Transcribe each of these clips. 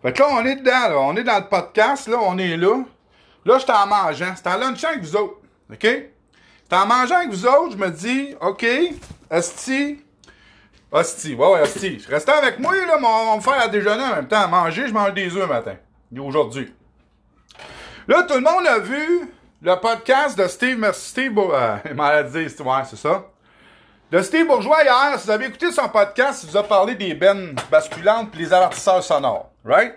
Fait que là, on est dedans, là. On est dans le podcast, là. On est là. Là, j'étais en mangeant. C'était en lunchant avec vous autres. OK? J'étais en mangeant avec vous autres. Je me dis, OK, Asti. Ouais, Asti. Je restais avec moi, là. On va me faire à déjeuner en même temps. À manger, je mange des œufs le matin. Aujourd'hui. Là, tout le monde a vu le podcast de Steve il m'a dit, ouais, c'est ça. De Steve Bourgeois hier, si vous avez écouté son podcast, il vous a parlé des bennes basculantes et les avertisseurs sonores. Right?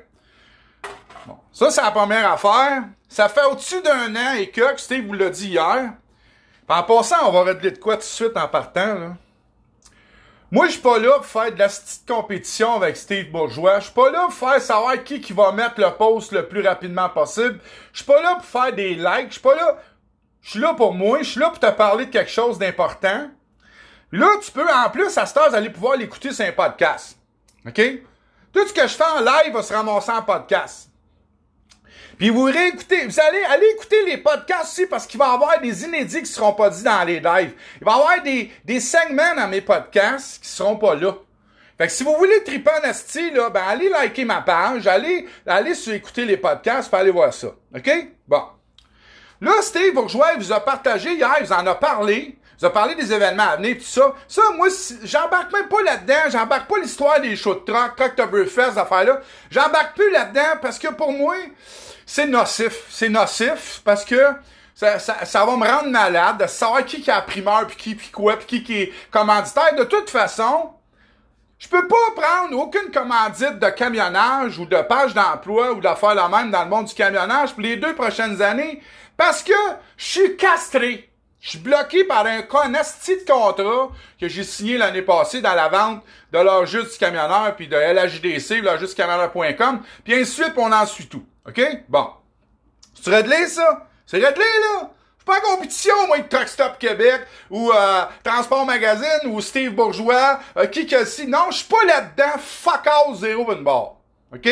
Bon. Ça, c'est la première affaire. Ça fait au-dessus d'un an et que Steve vous l'a dit hier. Puis en passant, on va régler de quoi tout de suite en partant, là. Moi, je suis pas là pour faire de la petite compétition avec Steve Bourgeois. Je suis pas là pour faire savoir qui va mettre le post le plus rapidement possible. Je suis pas là pour faire des likes. Je suis pas là. Je suis là pour moi. Je suis là pour te parler de quelque chose d'important. Là, tu peux, en plus, à cette heure, aller pouvoir l'écouter sur un podcast. OK? Tout ce que je fais en live va se ramasser en podcast. Puis vous réécoutez, vous allez aller écouter les podcasts aussi parce qu'il va y avoir des inédits qui seront pas dit dans les lives. Il va y avoir des segments dans mes podcasts qui seront pas là. Fait que si vous voulez triper en asti, là, ben allez liker ma page, allez sur écouter les podcasts, puis aller voir ça. OK? Bon. Là, Steve Bourgeois, il vous a partagé hier, il vous en a parlé. Vous a parlé des événements à venir, tout ça. Ça, moi, j'embarque même pas là-dedans. J'embarque pas l'histoire des shows de truck, Trucktoberfest, affaires-là. J'embarque plus là-dedans parce que pour moi, c'est nocif. C'est nocif parce que ça va me rendre malade de savoir qui a la primeur, puis quoi, puis qui est commanditaire. De toute façon, je peux pas prendre aucune commandite de camionnage ou de page d'emploi ou d'affaires la même dans le monde du camionnage pour les 2 prochaines années parce que je suis castré. Je suis bloqué par un asti de contrat que j'ai signé l'année passée dans la vente de l'heure juste du camionneur puis de LHJDC, l'heurejustecamionneur.com, puis ainsi de suite, puis on en suit tout. OK? Bon. C'est réglé, ça? C'est réglé, là? Je suis pas en compétition, moi, avec Truck Stop Québec, ou Transport Magazine, ou Steve Bourgeois, qui que si. Non, je suis pas là-dedans. Fuck all, zéro une barre. OK?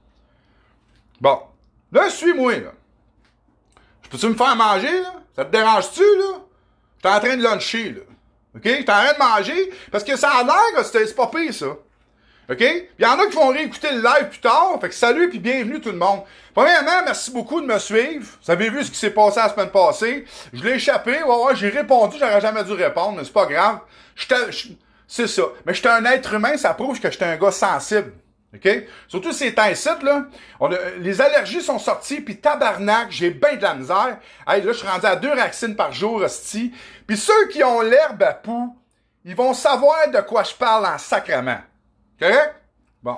Bon. Là, suis-moi, là. Peux-tu me faire manger, là? Ça te dérange-tu, là? J'étais en train de luncher, là. OK? J'étais en train de manger, parce que ça a l'air que c'est pas pire, ça. OK? Puis il y en a qui vont réécouter le live plus tard. Fait que salut puis bienvenue tout le monde. Premièrement, merci beaucoup de me suivre. Vous avez vu ce qui s'est passé la semaine passée. Je l'ai échappé. Ouais, j'ai répondu. J'aurais jamais dû répondre, mais c'est pas grave. C'est ça. Mais j'étais un être humain, ça prouve que j'étais un gars sensible. OK? Surtout ces temps-ci, là. Les allergies sont sorties, puis tabarnak, j'ai bien de la misère. Hey, là, je suis rendu à 2 vaccines par jour, hostie. Puis ceux qui ont l'herbe à poux, ils vont savoir de quoi je parle en sacrement. Correct? Bon.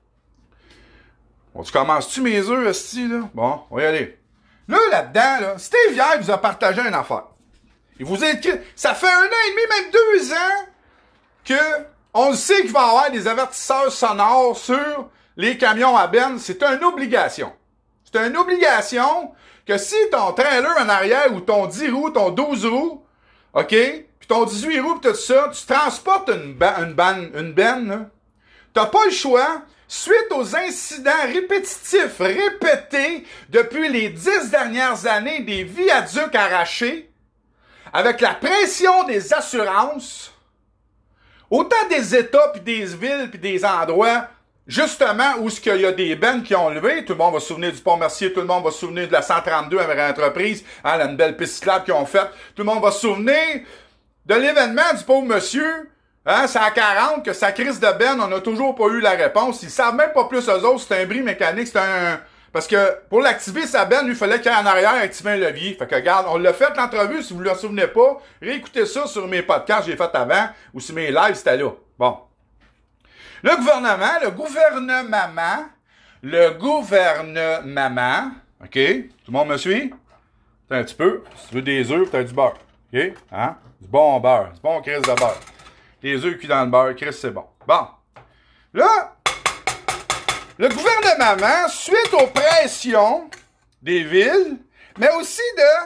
Bon, tu commences-tu mes œufs, hostie, là? Bon, on va y aller. Là-dedans, là, Steve hier vous a partagé une affaire. Il vous a écrit, ça fait 1 an et demi, même 2 ans, que on sait qu'il va y avoir des avertisseurs sonores sur les camions à benne. C'est une obligation. C'est une obligation que si ton trailer en arrière ou ton 10 roues, ton 12 roues, OK, puis ton 18 roues pis tout ça, tu transportes une benne, là, t'as pas le choix, suite aux incidents répétitifs, répétés depuis les 10 dernières années, des viaducs arrachés, avec la pression des assurances, autant des États, puis des villes, puis des endroits, justement, où il y a des bennes qui ont levé. Tout le monde va se souvenir du Pont-Mercier, tout le monde va se souvenir de la 132 avec l'entreprise, hein, une belle piste cyclable qu'ils ont faite. Tout le monde va se souvenir de l'événement du pauvre monsieur, hein, c'est à 40, que sa crise de benne, on n'a toujours pas eu la réponse. Ils savent même pas plus eux autres, c'est un bris mécanique, c'est un... Parce que pour l'activer, sa benne, lui, il fallait qu'il aille en arrière activer un levier. Fait que regarde, on l'a fait l'entrevue, si vous ne vous en souvenez pas, réécoutez ça sur mes podcasts que j'ai fait avant, ou sur mes lives, c'était là. Bon. Le gouvernement, OK? Tout le monde me suit? Un petit peu. Si tu veux des œufs, t'as du beurre. OK? Hein? Du bon beurre. Du bon crise de beurre. Les œufs cuits dans le beurre, Chris, c'est bon. Bon. Là, le gouvernement, suite aux pressions des villes, mais aussi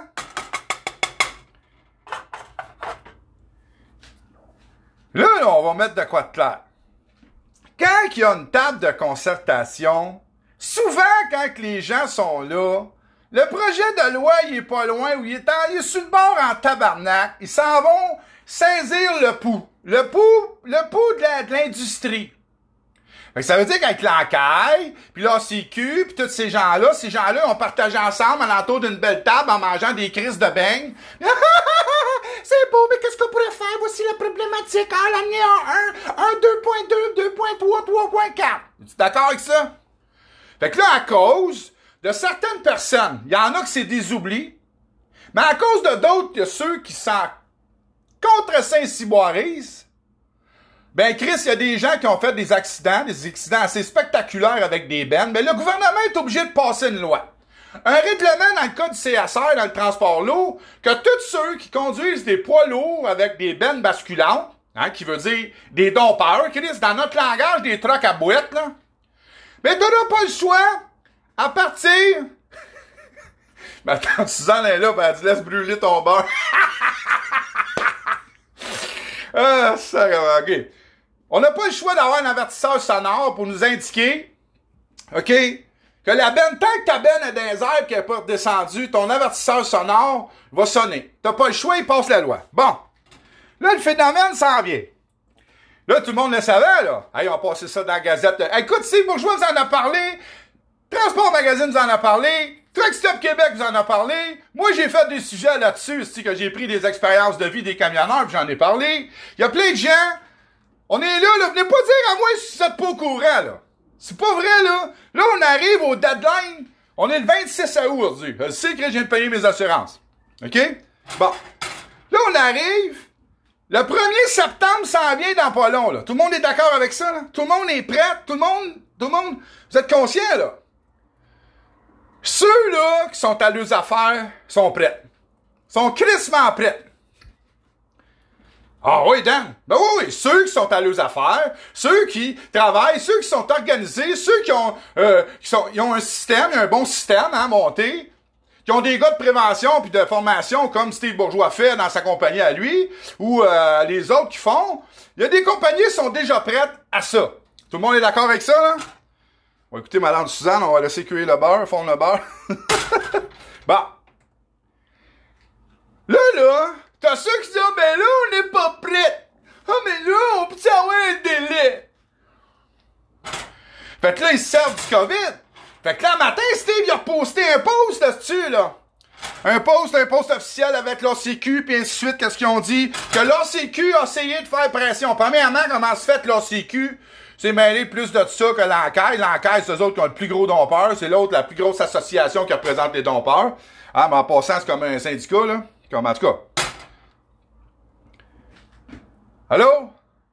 Là, on va mettre de quoi de clair. Quand il y a une table de concertation, souvent, quand les gens sont là, le projet de loi, il est pas loin, ou il est sur le bord en tabarnak. Ils s'en vont saisir le pouls. Le pouls de l'industrie. Fait que ça veut dire qu'avec l'encaille, puis l'ACQ, puis tous ces gens-là ont partagé ensemble à l'entour d'une belle table en mangeant des crises de beignes. C'est beau, mais qu'est-ce qu'on pourrait faire? Voici la problématique. Ah, l'amener en 1, 2.2, 2.3, 3.4. Es-tu d'accord avec ça? Fait que là, à cause de certaines personnes, il y en a que c'est des oublis, mais à cause de d'autres, il y a ceux qui s'en contre-Saint-Cyboirisent. Ben, Chris, il y a des gens qui ont fait des accidents assez spectaculaires avec des bennes. Ben, le gouvernement est obligé de passer une loi. Un règlement dans le cas du CSR, dans le transport lourd, que tous ceux qui conduisent des poids lourds avec des bennes basculantes, hein, qui veut dire des dompeurs, Chris, dans notre langage, des trucks à boîte, là, ben, t'auras pas le choix, à partir... Ben, attends, Suzanne est là, ben, elle dit, laisse brûler ton beurre. Ah, ça, ok. On n'a pas le choix d'avoir un avertisseur sonore pour nous indiquer, OK, que la benne, tant que ta benne est dans les airs et qu'elle n'est pas descendue, ton avertisseur sonore va sonner. T'as pas le choix, il passe la loi. Bon. Là, le phénomène s'en vient. Là, tout le monde le savait, là. Hey, on a passé ça dans la Gazette. Écoute, Steve Bourgeois vous en a parlé. Transport Magazine vous en a parlé. Truck Stop Québec vous en a parlé. Moi, j'ai fait des sujets là-dessus, c'est que j'ai pris des expériences de vie des camionneurs, puis j'en ai parlé. Il y a plein de gens. On est là, venez pas dire à moi si vous êtes pas au courant, là. C'est pas vrai, là. Là, on arrive au deadline. On est le 26 août aujourd'hui. Je sais que je viens de payer mes assurances. OK? Bon. Là, on arrive. Le 1er septembre s'en vient dans pas long, là. Tout le monde est d'accord avec ça, là? Tout le monde est prêt? Tout le monde, vous êtes conscients, là? Ceux, là, qui sont à leurs affaires, sont prêts. Sont crissement prêts. Ah oui, Dan? Ben oui, ceux qui sont à leurs affaires, ceux qui travaillent, ceux qui sont organisés, ceux qui ont, ils ont un système, un bon système, hein, monté, qui ont des gars de prévention puis de formation comme Steve Bourgeois fait dans sa compagnie à lui, ou les autres qui font. Il y a des compagnies qui sont déjà prêtes à ça. Tout le monde est d'accord avec ça, là? Bon, écoutez, madame Suzanne, on va laisser cuire le beurre, fondre le beurre. Bon. Là, t'as ceux qui disent, ah, ben là, on n'est pas prêts. Ah, mais là, on peut avoir un délai. Fait que là, ils se servent du COVID. Fait que là, matin, Steve, il a reposté un post là-dessus, là. Un post officiel avec l'ACQ, puis ainsi de suite, qu'est-ce qu'ils ont dit? Que l'ACQ a essayé de faire pression. Premièrement, comment se fait l'ACQ? C'est mêlé plus de ça que l'encaille. L'encaille, c'est eux autres qui ont le plus gros dompeur. C'est l'autre, la plus grosse association qui représente les dompeurs. Ah, mais en passant, c'est comme un syndicat, là. Comme en tout cas. Allô?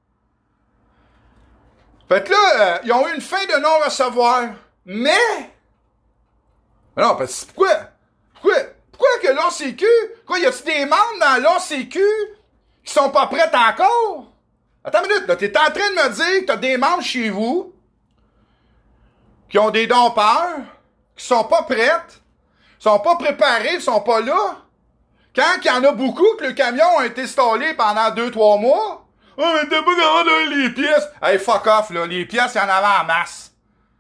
Fait que là, ils ont eu une fin de non-recevoir. Mais... Non, parce que pourquoi que l'ACQ... Quoi, y a-tu des membres dans l'ACQ qui sont pas prêts encore? Attends une minute, là, t'es en train de me dire que t'as des membres chez vous qui ont des dompeurs, qui sont pas prêtes, sont pas préparés, sont pas là. Quand il y en a beaucoup que le camion a été installé pendant 2-3 mois, oh, mais t'es pas capable d'avoir les pièces. Hey, fuck off, là, les pièces, il y en avait en masse.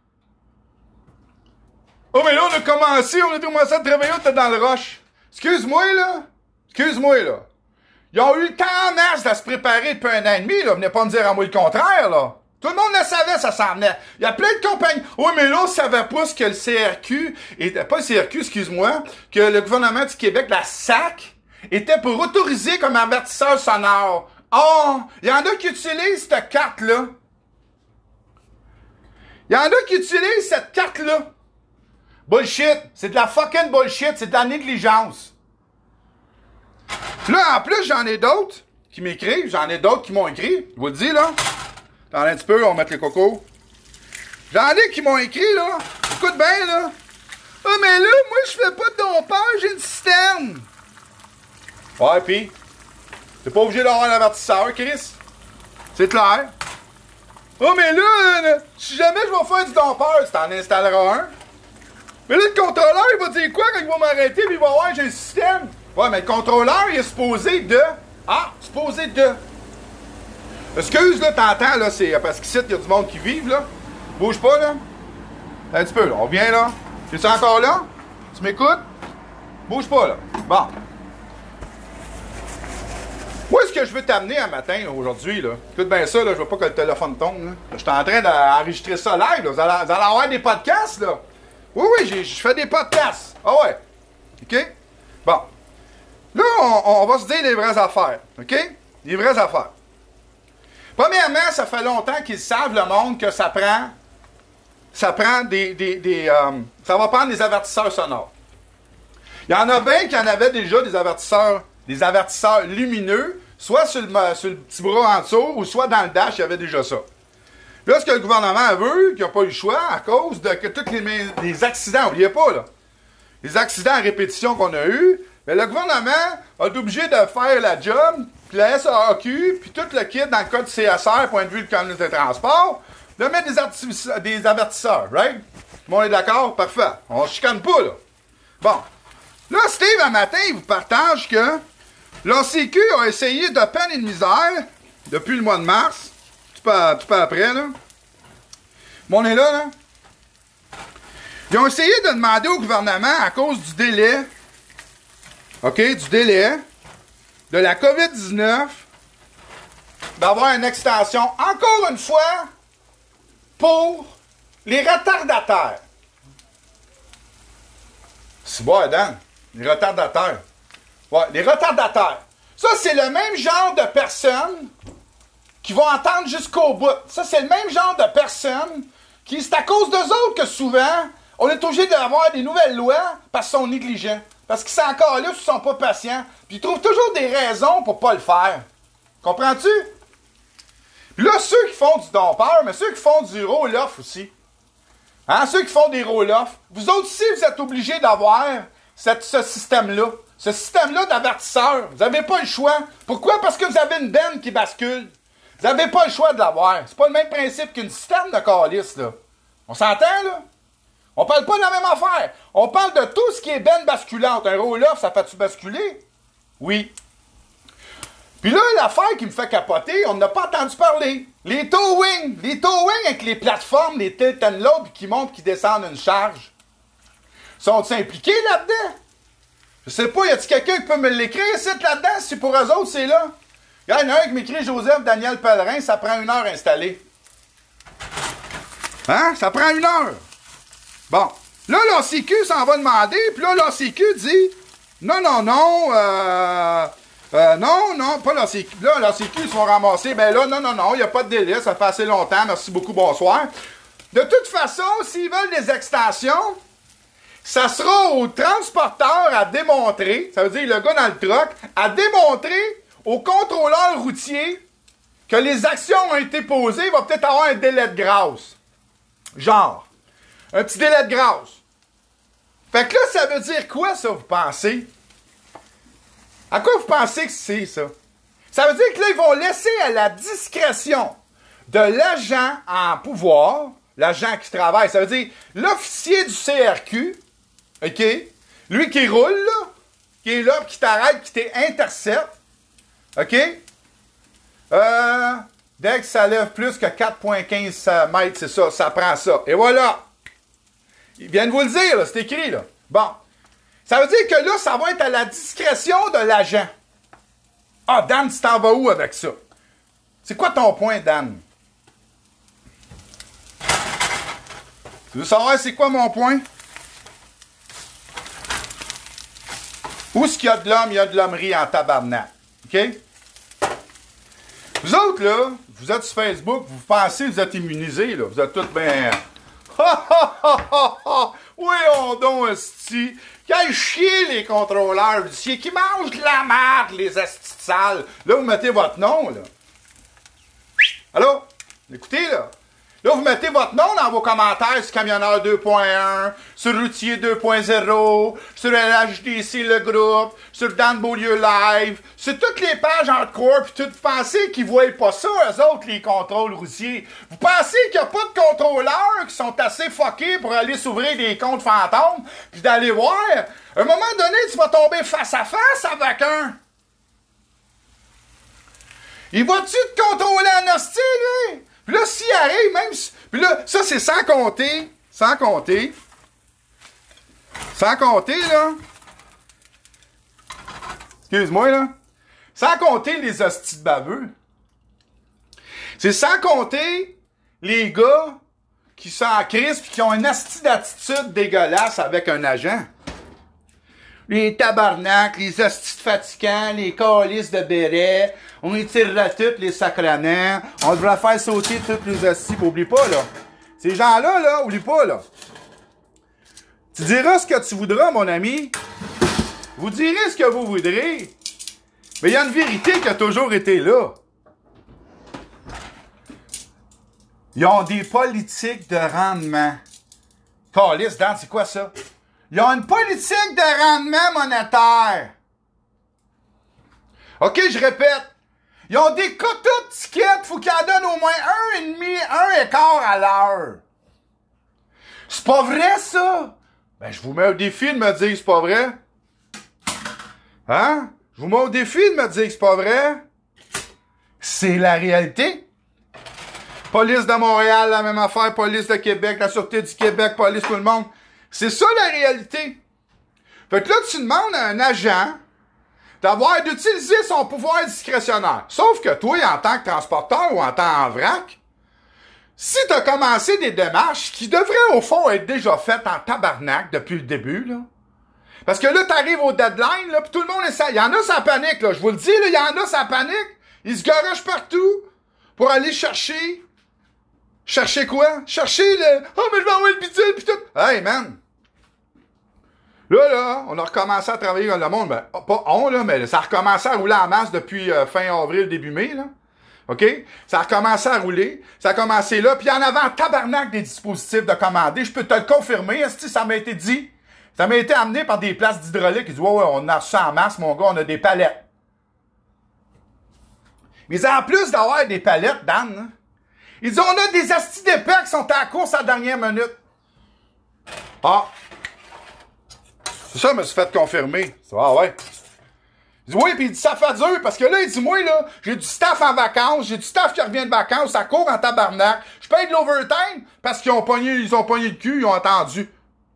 Oh, mais là, on a commencé à travailler, on était dans le rush. Excuse-moi, là. Ils ont eu le temps en masse de se préparer depuis 1 an et demi, là. Venez pas me dire à moi le contraire, là. Tout le monde le savait, ça s'en venait. Il y a plein de compagnies. Oui, mais là, on savait pas ce que le CRQ était, pas le CRQ, excuse-moi, que le gouvernement du Québec, la SAC, était pour autoriser comme avertisseur sonore. Oh! Il y en a qui utilisent cette carte-là. Il y en a qui utilisent cette carte-là. Bullshit. C'est de la fucking bullshit. C'est de la négligence. Là, en plus, j'en ai d'autres qui m'écrivent. J'en ai d'autres qui m'ont écrit. Je vous le dis, là. Attendez un petit peu, on va mettre les cocos. J'en ai qui m'ont écrit, là. Écoute bien, là. Ah, mais là, moi, je fais pas de dompeur, j'ai une citerne. Ouais, pis, t'es pas obligé d'avoir un avertisseur, Chris. C'est clair. Oh, mais là, si jamais je vais faire du dompeur, tu t'en installeras un. Mais là, le contrôleur, il va dire quoi quand il va m'arrêter pis il va voir j'ai un système? Ouais, mais le contrôleur, il est supposé de... Ah, supposé de... Excuse, là, t'entends, là, c'est parce qu'ici, il y a du monde qui vive, là. Bouge pas, là. Un petit peu, là. On revient, là. Tu es encore là? Tu m'écoutes? Bouge pas, là. Bon. Moi, ce que je veux t'amener un matin, aujourd'hui, là, écoute bien ça, là, je veux pas que le téléphone tombe. Là. Je suis en train d'enregistrer ça live. Là. Vous allez avoir des podcasts, là. Oui, je fais des podcasts. Ah ouais. OK? Bon. Là, on va se dire les vraies affaires. OK? Les vraies affaires. Premièrement, ça fait longtemps qu'ils savent, le monde, que ça prend ça prend ça va prendre des avertisseurs sonores. Il y en a bien qui en avaient déjà des avertisseurs lumineux, soit sur le petit bras en dessous, ou soit dans le dash, il y avait déjà ça. Là, ce que le gouvernement veut, qu'il n'a pas eu le choix, à cause de que tous les accidents, n'oubliez pas, là, les accidents à répétition qu'on a eus, mais le gouvernement a été obligé de faire la job, puis la SAQ, puis tout le kit dans le code CSR, point de vue de communauté de transport, de mettre des avertisseurs, right? Bon, on est d'accord? Parfait. On ne chicane pas, là. Bon. Là, Steve, un matin, il vous partage que l'ACQ a essayé de peine et de misère depuis le mois de mars, tout peu après, là. Bon, on est là, là. Ils ont essayé de demander au gouvernement, à cause du délai, OK, du délai de la COVID-19, d'avoir une extension, encore une fois, pour les retardataires. C'est bon, Dan. Les retardataires. Ouais, les retardataires. Ça, c'est le même genre de personnes qui vont entendre jusqu'au bout. Ça, c'est le même genre de personnes qui, c'est à cause d'eux autres que souvent, on est obligé d'avoir des nouvelles lois parce qu'ils sont négligents. Parce qu'ils sont encore là, ils ne sont pas patients. Puis ils trouvent toujours des raisons pour ne pas le faire. Comprends-tu? Puis là, ceux qui font du dompeur, mais ceux qui font du roll-off aussi. Hein? Ceux qui font des roll-off. Vous autres aussi, vous êtes obligés d'avoir ce système-là. Ce système-là d'avertisseurs. Vous n'avez pas le choix. Pourquoi? Parce que vous avez une benne qui bascule. Vous n'avez pas le choix de l'avoir. C'est pas le même principe qu'une système de calice, là. On s'entend, là? On parle pas de la même affaire. On parle de tout ce qui est benne basculante. Un roll-off, ça fait-tu basculer? Oui. Puis là, l'affaire qui me fait capoter, on n'a pas entendu parler. Les towing avec les plateformes, les tilt and load qui montent, qui descendent une charge. Sont-ils impliqués là-dedans? Je sais pas, y a-t-il quelqu'un qui peut me l'écrire, c'est là-dedans, si pour eux autres, c'est là? Il y en a un qui m'écrit Joseph Daniel Pellerin, ça prend 1 heure à installer. Hein? Ça prend 1 heure. Bon. Là, l'ACQ s'en va demander, puis là, l'ACQ dit non, pas l'ACQ. Là, l'ACQ, ils se font ramasser. Ben là, non, il n'y a pas de délai, ça fait assez longtemps, merci beaucoup, bonsoir. De toute façon, s'ils veulent des extensions, ça sera au transporteur à démontrer, ça veut dire le gars dans le truck, à démontrer au contrôleur routier que les actions ont été posées, il va peut-être avoir un délai de grâce. Genre, un petit délai de grâce. Fait que là, ça veut dire quoi, ça, vous pensez? À quoi vous pensez que c'est, ça? Ça veut dire que là, ils vont laisser à la discrétion de l'agent en pouvoir, l'agent qui travaille, ça veut dire l'officier du CRQ, OK? Lui qui roule, là, qui est là, qui t'arrête, qui t'intercepte, OK? Dès que ça lève plus que 4,15 mètres, c'est ça, ça prend ça. Et voilà! Ils viennent vous le dire, là, c'est écrit, là. Bon. Ça veut dire que là, ça va être à la discrétion de l'agent. Ah, Dan, tu t'en vas où avec ça? C'est quoi ton point, Dan? Tu veux savoir c'est quoi mon point? Où est-ce qu'il y a de l'homme, il y a de l'hommerie en tabarnak. OK? Vous autres, là, vous êtes sur Facebook, vous pensez que vous êtes immunisés, là. Vous êtes tous bien... Oui, on donc, esti. Quel chier, les contrôleurs routiers qui mangent de la merde, les estis sales. Là, vous mettez votre nom, là. Allô? Écoutez, là. Là, vous mettez votre nom dans vos commentaires sur Camionneur 2.1, sur Routier 2.0, sur LHDC, le groupe, sur Dan Beaulieu Live, sur toutes les pages hardcore, puis tout. Vous pensez qu'ils ne voient pas ça, eux autres, les contrôles routiers? Vous pensez qu'il n'y a pas de contrôleurs qui sont assez fuckés pour aller s'ouvrir des comptes fantômes, puis d'aller voir? À un moment donné, tu vas tomber face à face avec un. Il va-tu te contrôler en hostie, lui? Puis là, s'il arrive, même si... Puis là, ça, c'est sans compter, là... Excuse-moi, là. Sans compter les hosties de baveux. C'est sans compter les gars qui sont en crise pis qui ont une hostie d'attitude dégueulasse avec un agent. Les tabarnak, les hosties de fatigants, les calices de béret, on étirera toutes les sacranants, on devrait faire sauter toutes les hosties, oublie pas, là. Ces gens-là, là, oublie pas, là. Tu diras ce que tu voudras, mon ami. Vous direz ce que vous voudrez. Mais il y a une vérité qui a toujours été là. Ils ont des politiques de rendement. Calice, Dan, c'est quoi ça? Ils ont une politique de rendement monétaire. OK, je répète. Ils ont des quotas de tickets. Faut qu'ils en donnent au moins 1,5 à l'heure. C'est pas vrai, ça? Ben, je vous mets au défi de me dire que c'est pas vrai. Hein? Je vous mets au défi de me dire que c'est pas vrai. C'est la réalité. Police de Montréal, la même affaire. Police de Québec, la Sûreté du Québec, police tout le monde. C'est ça la réalité. Fait que là, tu demandes à un agent d'utiliser son pouvoir discrétionnaire. Sauf que toi, en tant que transporteur ou en tant que vrac, si tu as commencé des démarches qui devraient au fond être déjà faites en tabarnak depuis le début, là. Parce que là, t'arrives au deadline, là, pis tout le monde essaie. Il y en a sans panique, là. Je vous le dis, là, il y en a sans panique. Ils se garochent partout pour aller chercher. Chercher quoi? Chercher le... Oh, mais je vais envoyer le bidule pis tout. Hey, man. Là, on a recommencé à travailler dans le monde. Ben, pas on, là, mais ça a recommencé à rouler en masse depuis fin avril, début mai, là. OK? Ça a recommencé à rouler. Ça a commencé là. Puis il y en avait en tabarnak des dispositifs de commander. Je peux te le confirmer. Est-ce que ça m'a été dit? Ça m'a été amené par des places d'hydraulique. Ils disent, ouais, on a ça en masse, mon gars, on a des palettes. Mais en plus d'avoir des palettes, Dan, hein, ils disent, on a des astis d'épais qui sont à la course à la dernière minute. Ah! C'est ça, je me suis fait confirmer. Ah ouais. Il dit, oui, puis il dit, ça fait dur, parce que là, il dit, moi, là, j'ai du staff en vacances, j'ai du staff qui revient de vacances, ça court en tabarnak. Je paye de l'overtime parce qu'ils ont pogné le cul, ils ont attendu.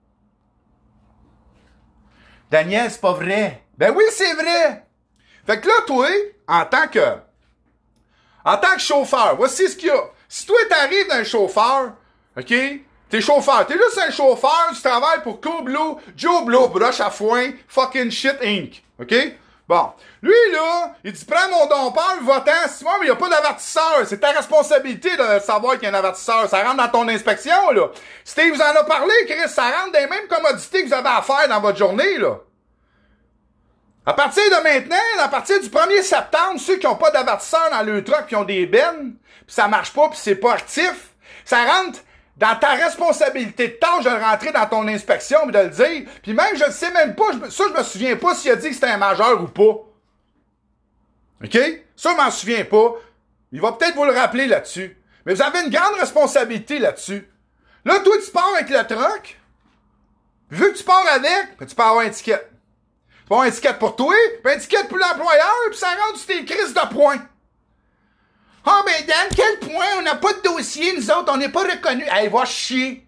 Daniel, c'est pas vrai. Ben oui, c'est vrai. Fait que là, toi, en tant que chauffeur, voici ce qu'il y a. Si toi, t'arrives d'un chauffeur, OK? T'es chauffeur. T'es juste un chauffeur, tu travailles pour Joe Blow, broche à foin, fucking shit Inc. OK? Bon. Lui, là, il dit, prends mon dompeur, va-t'en. Si moi, mais il n'y a pas d'avertisseur. C'est ta responsabilité de savoir qu'il y a un avertisseur. Ça rentre dans ton inspection, là. Steve vous en a parlé, Chris. Ça rentre dans les mêmes commodités que vous avez à faire dans votre journée, là. À partir de maintenant, à partir du 1er septembre, ceux qui n'ont pas d'avertisseur dans le truck, qui ont des bennes, pis ça marche pas, pis c'est pas actif, ça rentre dans ta responsabilité de tâche de le rentrer dans ton inspection, pis de le dire. Puis même, je ne sais même pas, je me souviens pas s'il a dit que c'était un majeur ou pas. OK? Ça, je m'en souviens pas. Il va peut-être vous le rappeler là-dessus. Mais vous avez une grande responsabilité là-dessus. Là, toi, tu pars avec le truck. Vu que tu pars avec, ben, tu peux avoir un ticket. Tu peux avoir un ticket pour toi, puis un ticket pour l'employeur, puis ça rentre sur tes crises de points. Ah, oh, ben, Dan, quel point? On n'a pas de dossier, nous autres, on n'est pas reconnus. Hey, va chier.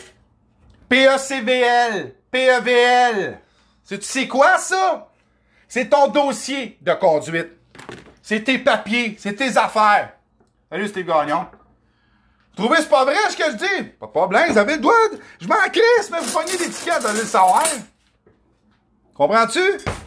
PACVL, PEVL. Tu sais quoi, ça? C'est ton dossier de conduite. C'est tes papiers, c'est tes affaires. Salut, Steve Gagnon. Vous trouvez c'est pas vrai ce que je dis? Pas de problème, vous avez le droit. Je m'en crisse, mais vous pognez des tickets, vous allez le savoir. Comprends-tu?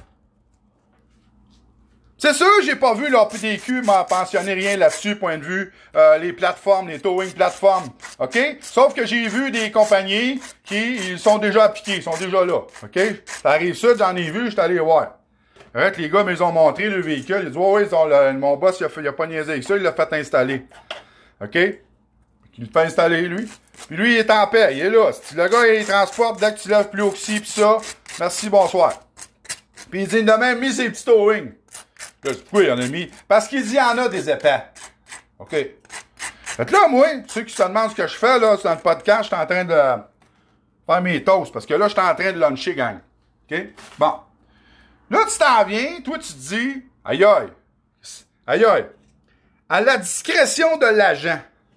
C'est sûr, j'ai pas vu leur PDQ m'a pensionné rien là-dessus, point de vue les plateformes, les towing plateformes, OK? Sauf que j'ai vu des compagnies qui ils sont déjà appliqués, ils sont déjà là, OK? Ça arrive ça, j'en ai vu, j'étais allé voir. Arrête, les gars, mais ils ont montré le véhicule, ils disent, ouais, ils ont mon boss, il a pas niaisé avec ça, il l'a fait installer. OK? Il le fait installer, lui. Puis lui, il est en paix, il est là. Si le gars, il transporte dès que tu lèves plus haut que ci, pis ça, merci, bonsoir. Puis il dit, demain, mis ses petits towing. Là, pourquoi il en a mis? Parce qu'il dit, il y en a des épais. OK. Fait que là, moi, ceux qui se demandent ce que je fais, là, dans le podcast, je suis en train de faire mes toasts. Parce que là, je suis en train de luncher, gang. OK? Bon. Là, tu t'en viens, toi, tu te dis, aïe aïe. Aïe aïe. À la discrétion de l'agent.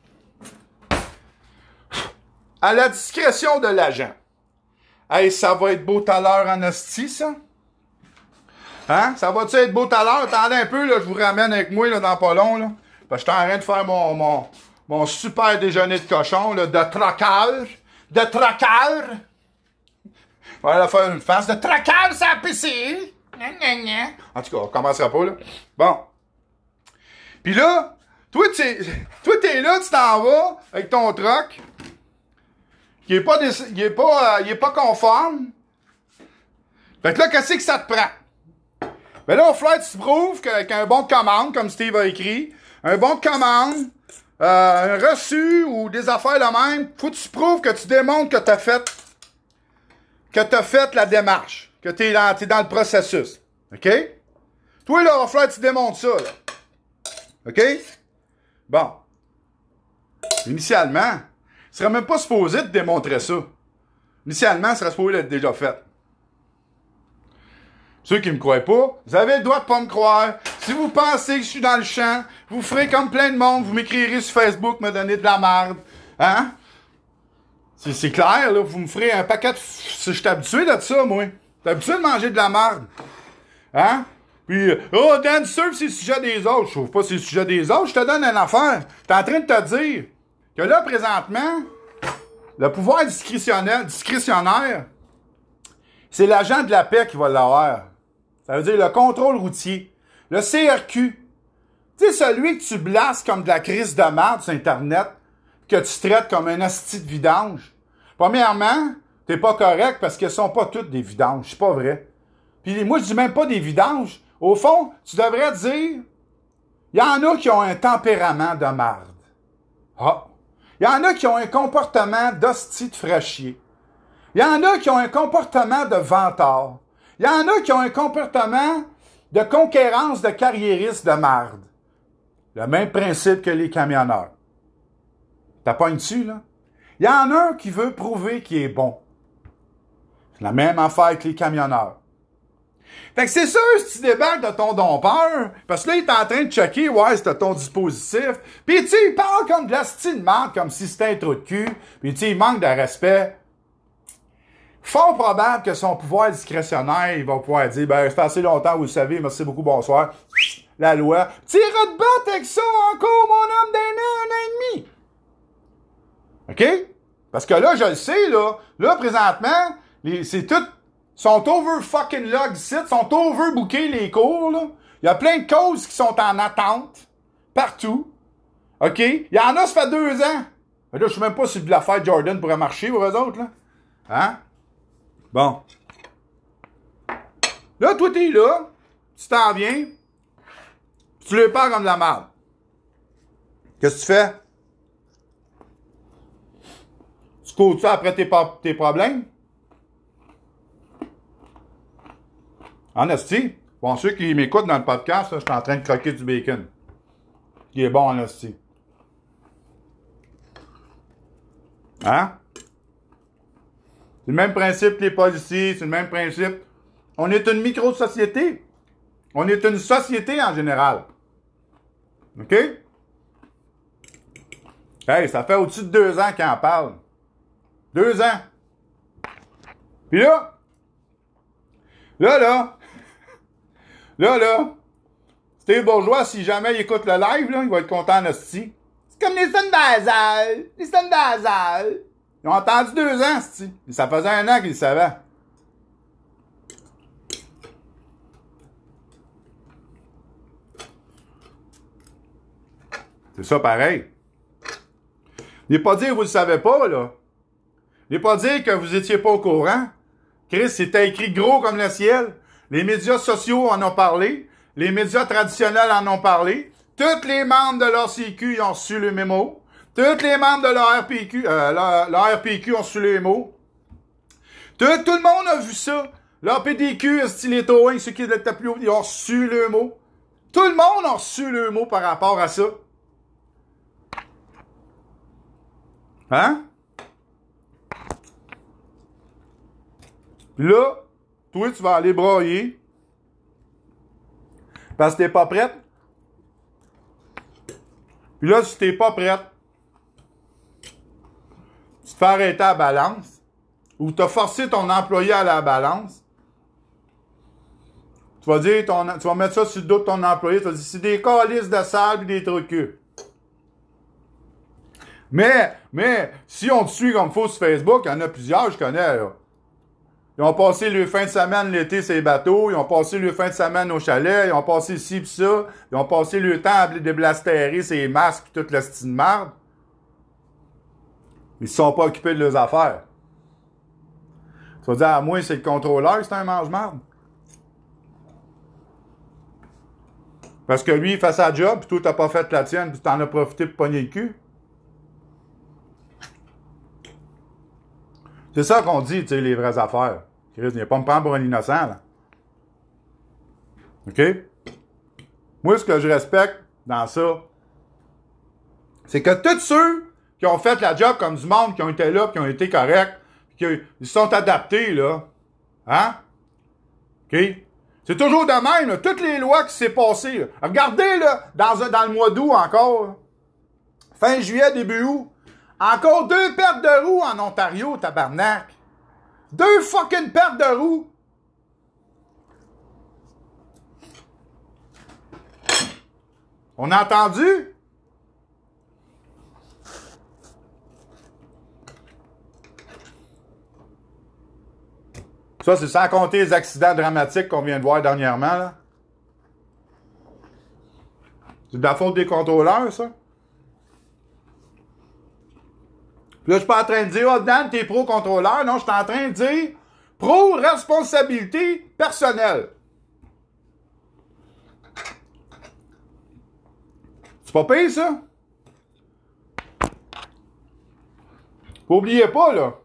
À la discrétion de l'agent. Hey, ça va être beau tout à l'heure en hostie, ça? Hein? Ça va-tu être beau tout à l'heure? Attendez un peu, là, je vous ramène avec moi là, dans pas long. Là. Parce que je suis en train de faire mon super déjeuner de cochon là, de trocage. De trocage! On va aller faire une face de trocage sur la piscine. En tout cas, on commencera pas, là. Bon. Puis là, toi, t'es là, tu t'en vas avec ton troc. Il est pas conforme. Fait que là, qu'est-ce que ça te prend? Ben là, au flight, tu te prouves qu'avec un bon de commande, comme Steve a écrit, un bon de commande, un reçu ou des affaires de même, faut que tu prouves que tu démontres que t'as fait la démarche, que t'es dans le processus. OK? Toi, là, au flight, tu démontres ça, là. OK? Bon. Initialement, tu serais même pas supposé de démontrer ça. Initialement, ça serait supposé être déjà fait. Ceux qui me croient pas, vous avez le droit de pas me croire. Si vous pensez que je suis dans le champ, vous ferez comme plein de monde, vous m'écrirez sur Facebook, me donner de la merde. Hein? C'est clair, là, vous me ferez un paquet de... Je suis habitué de ça, moi. Je suis habitué de manger de la merde. Hein? Puis, oh, Dan Surf, c'est le sujet des autres. Je trouve pas que c'est le sujet des autres. Je te donne une affaire. T'es en train de te dire que là, présentement, le pouvoir discrétionnaire, c'est l'agent de la paix qui va l'avoir. Ça veut dire le contrôle routier. Le CRQ. Tu sais, celui que tu blasses comme de la crise de merde sur Internet, que tu traites comme un hostie de vidange. Premièrement, t'es pas correct parce qu'ils sont pas toutes des vidanges. C'est pas vrai. Puis moi, je dis même pas des vidanges. Au fond, tu devrais dire, il y en a qui ont un tempérament de merde. Ah. Il y en a qui ont un comportement d'hostie de fraîchier. Il y en a qui ont un comportement de vantard. Il y en a qui ont un comportement de conquérance de carriériste de merde. Le même principe que les camionneurs. T'as pas une dessus, là? Il y en a un qui veut prouver qu'il est bon. C'est la même affaire que les camionneurs. Fait que c'est sûr, si tu débarques de ton dompeur, parce que là, il est en train de checker, ouais, c'est ton dispositif. Puis, tu sais, il parle comme de la style de merde, comme si c'était un trou de cul. Puis, tu sais, il manque de respect. Fort probable que son pouvoir discrétionnaire, il va pouvoir dire, ben, ça fait assez longtemps, vous le savez, merci beaucoup, bonsoir. La loi. Tire de batte avec ça encore, mon homme, d'un an et demi. OK? Parce que là, je le sais, là. Là, présentement, c'est tout... sont over fucking log ici, sont overbookés les cours, là. Il y a plein de causes qui sont en attente. Partout. OK? Il y en a, ça fait 2 ans. Mais là, je sais même pas si de l'affaire Jordan pourrait marcher pour eux autres, là. Hein? Bon. Là, toi, t'es là. Tu t'en viens. Tu lui parles comme de la merde. Qu'est-ce que tu fais? Tu cours ça après tes problèmes? En esti. Bon, ceux qui m'écoutent dans le podcast, là, je suis en train de croquer du bacon. Qui est bon en esti. Hein? C'est le même principe que les policiers, c'est le même principe. On est une micro-société. On est une société en général. OK? Hey, ça fait au-dessus de 2 ans qu'il en parle. 2 ans. Puis là, Steve Bourgeois, si jamais il écoute le live, là, il va être content en hostie. C'est comme les Sons Basal. Les Sons Basal. Ils ont entendu 2 ans, hostie. Ça faisait 1 an qu'ils le savaient. C'est ça pareil. Il n'est pas dire que vous le savez pas, là. Il n'est pas dire que vous étiez pas au courant. Chris, c'était écrit gros comme le ciel. Les médias sociaux en ont parlé. Les médias traditionnels en ont parlé. Tous les membres de l'ACQ ont reçu le mémo. Tous les membres de l'ARPQ ont reçu le mémo. Tout le monde a vu ça. L'APDQ, style les towing, ceux qui étaient plus haut, ils ont reçu le mot. Tout le monde a reçu le mot par rapport à ça. Hein? Puis là, toi, tu vas aller brailler. Parce que t'es pas prête. Puis là, si t'es pas prête, tu te fais arrêter à la balance. Ou t'as forcé ton employé à la balance. Tu vas dire, tu vas mettre ça sur le dos de ton employé, tu vas dire, c'est des calices de sable et des trous de cul. Mais, si on te suit comme faut sur Facebook, il y en a plusieurs, je connais, là. Ils ont passé le fin de semaine l'été sur les bateaux, ils ont passé le fin de semaine au chalet, ils ont passé ci pis ça, ils ont passé le temps à déblastérer ses masques pis toute la style de marde. Ils se sont pas occupés de leurs affaires. Tu vas dire, à moi, c'est le contrôleur, c'est un mange-marde. Parce que lui, il fait sa job, pis toi, t'as pas fait la tienne, pis t'en as profité pour pogner le cul. C'est ça qu'on dit, tu sais, les vraies affaires. Chris, il n'est pas me prendre pour un innocent, là. OK? Moi, ce que je respecte dans ça, c'est que tous ceux qui ont fait la job comme du monde, qui ont été là, qui ont été corrects, qui sont adaptés, là, hein? OK? C'est toujours de même, là. Toutes les lois qui s'est passées, là. Regardez, là, dans le mois d'août encore, là. Fin juillet, début août, encore 2 pertes de roues en Ontario, tabarnak. 2 fucking pertes de roues. On a entendu? Ça, c'est sans compter les accidents dramatiques qu'on vient de voir dernièrement, là. C'est de la faute des contrôleurs, ça. Puis là, je suis pas en train de dire, oh, Dan, t'es pro-contrôleur. Non, je suis en train de dire pro-responsabilité personnelle. C'est pas pire, ça? N'oubliez pas, là.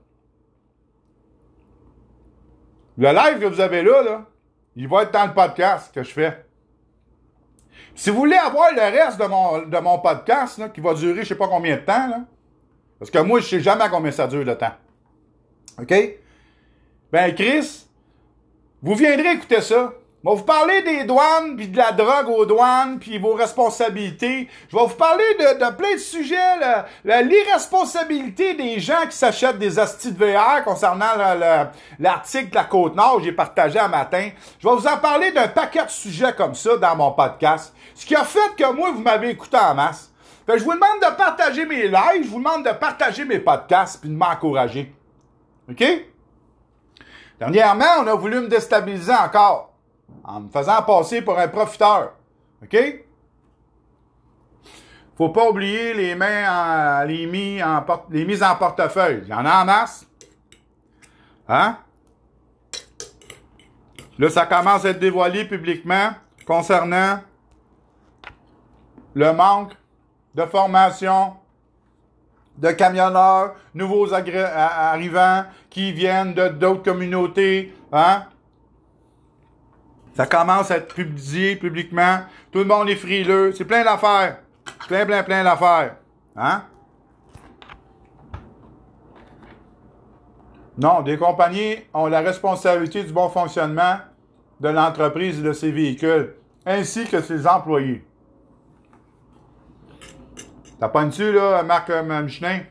Le live que vous avez là, il va être dans le podcast que je fais. Si vous voulez avoir le reste de mon podcast, là, qui va durer je sais pas combien de temps, là, parce que moi, je sais jamais combien ça dure le temps. OK? Ben, Chris, vous viendrez écouter ça. Je vais vous parler des douanes, puis de la drogue aux douanes, puis vos responsabilités. Je vais vous parler de plein de sujets. L'irresponsabilité des gens qui s'achètent des hosties de VR concernant l'article de la Côte-Nord que j'ai partagé un matin. Je vais vous en parler d'un paquet de sujets comme ça dans mon podcast. Ce qui a fait que moi, vous m'avez écouté en masse. Fait que je vous demande de partager mes lives, je vous demande de partager mes podcasts, puis de m'encourager. OK? Dernièrement, on a voulu me déstabiliser encore, en me faisant passer pour un profiteur. OK? Faut pas oublier les mises en portefeuille. Il y en a en masse. Hein? Là, ça commence à être dévoilé publiquement concernant le manque de formation de camionneurs, nouveaux arrivants qui viennent d'autres communautés, hein? Ça commence à être publié publiquement. Tout le monde est frileux. C'est plein d'affaires. Plein d'affaires. Hein? Non, des compagnies ont la responsabilité du bon fonctionnement de l'entreprise et de ses véhicules, ainsi que ses employés. T'as pas dessus, là, Marc Michelin?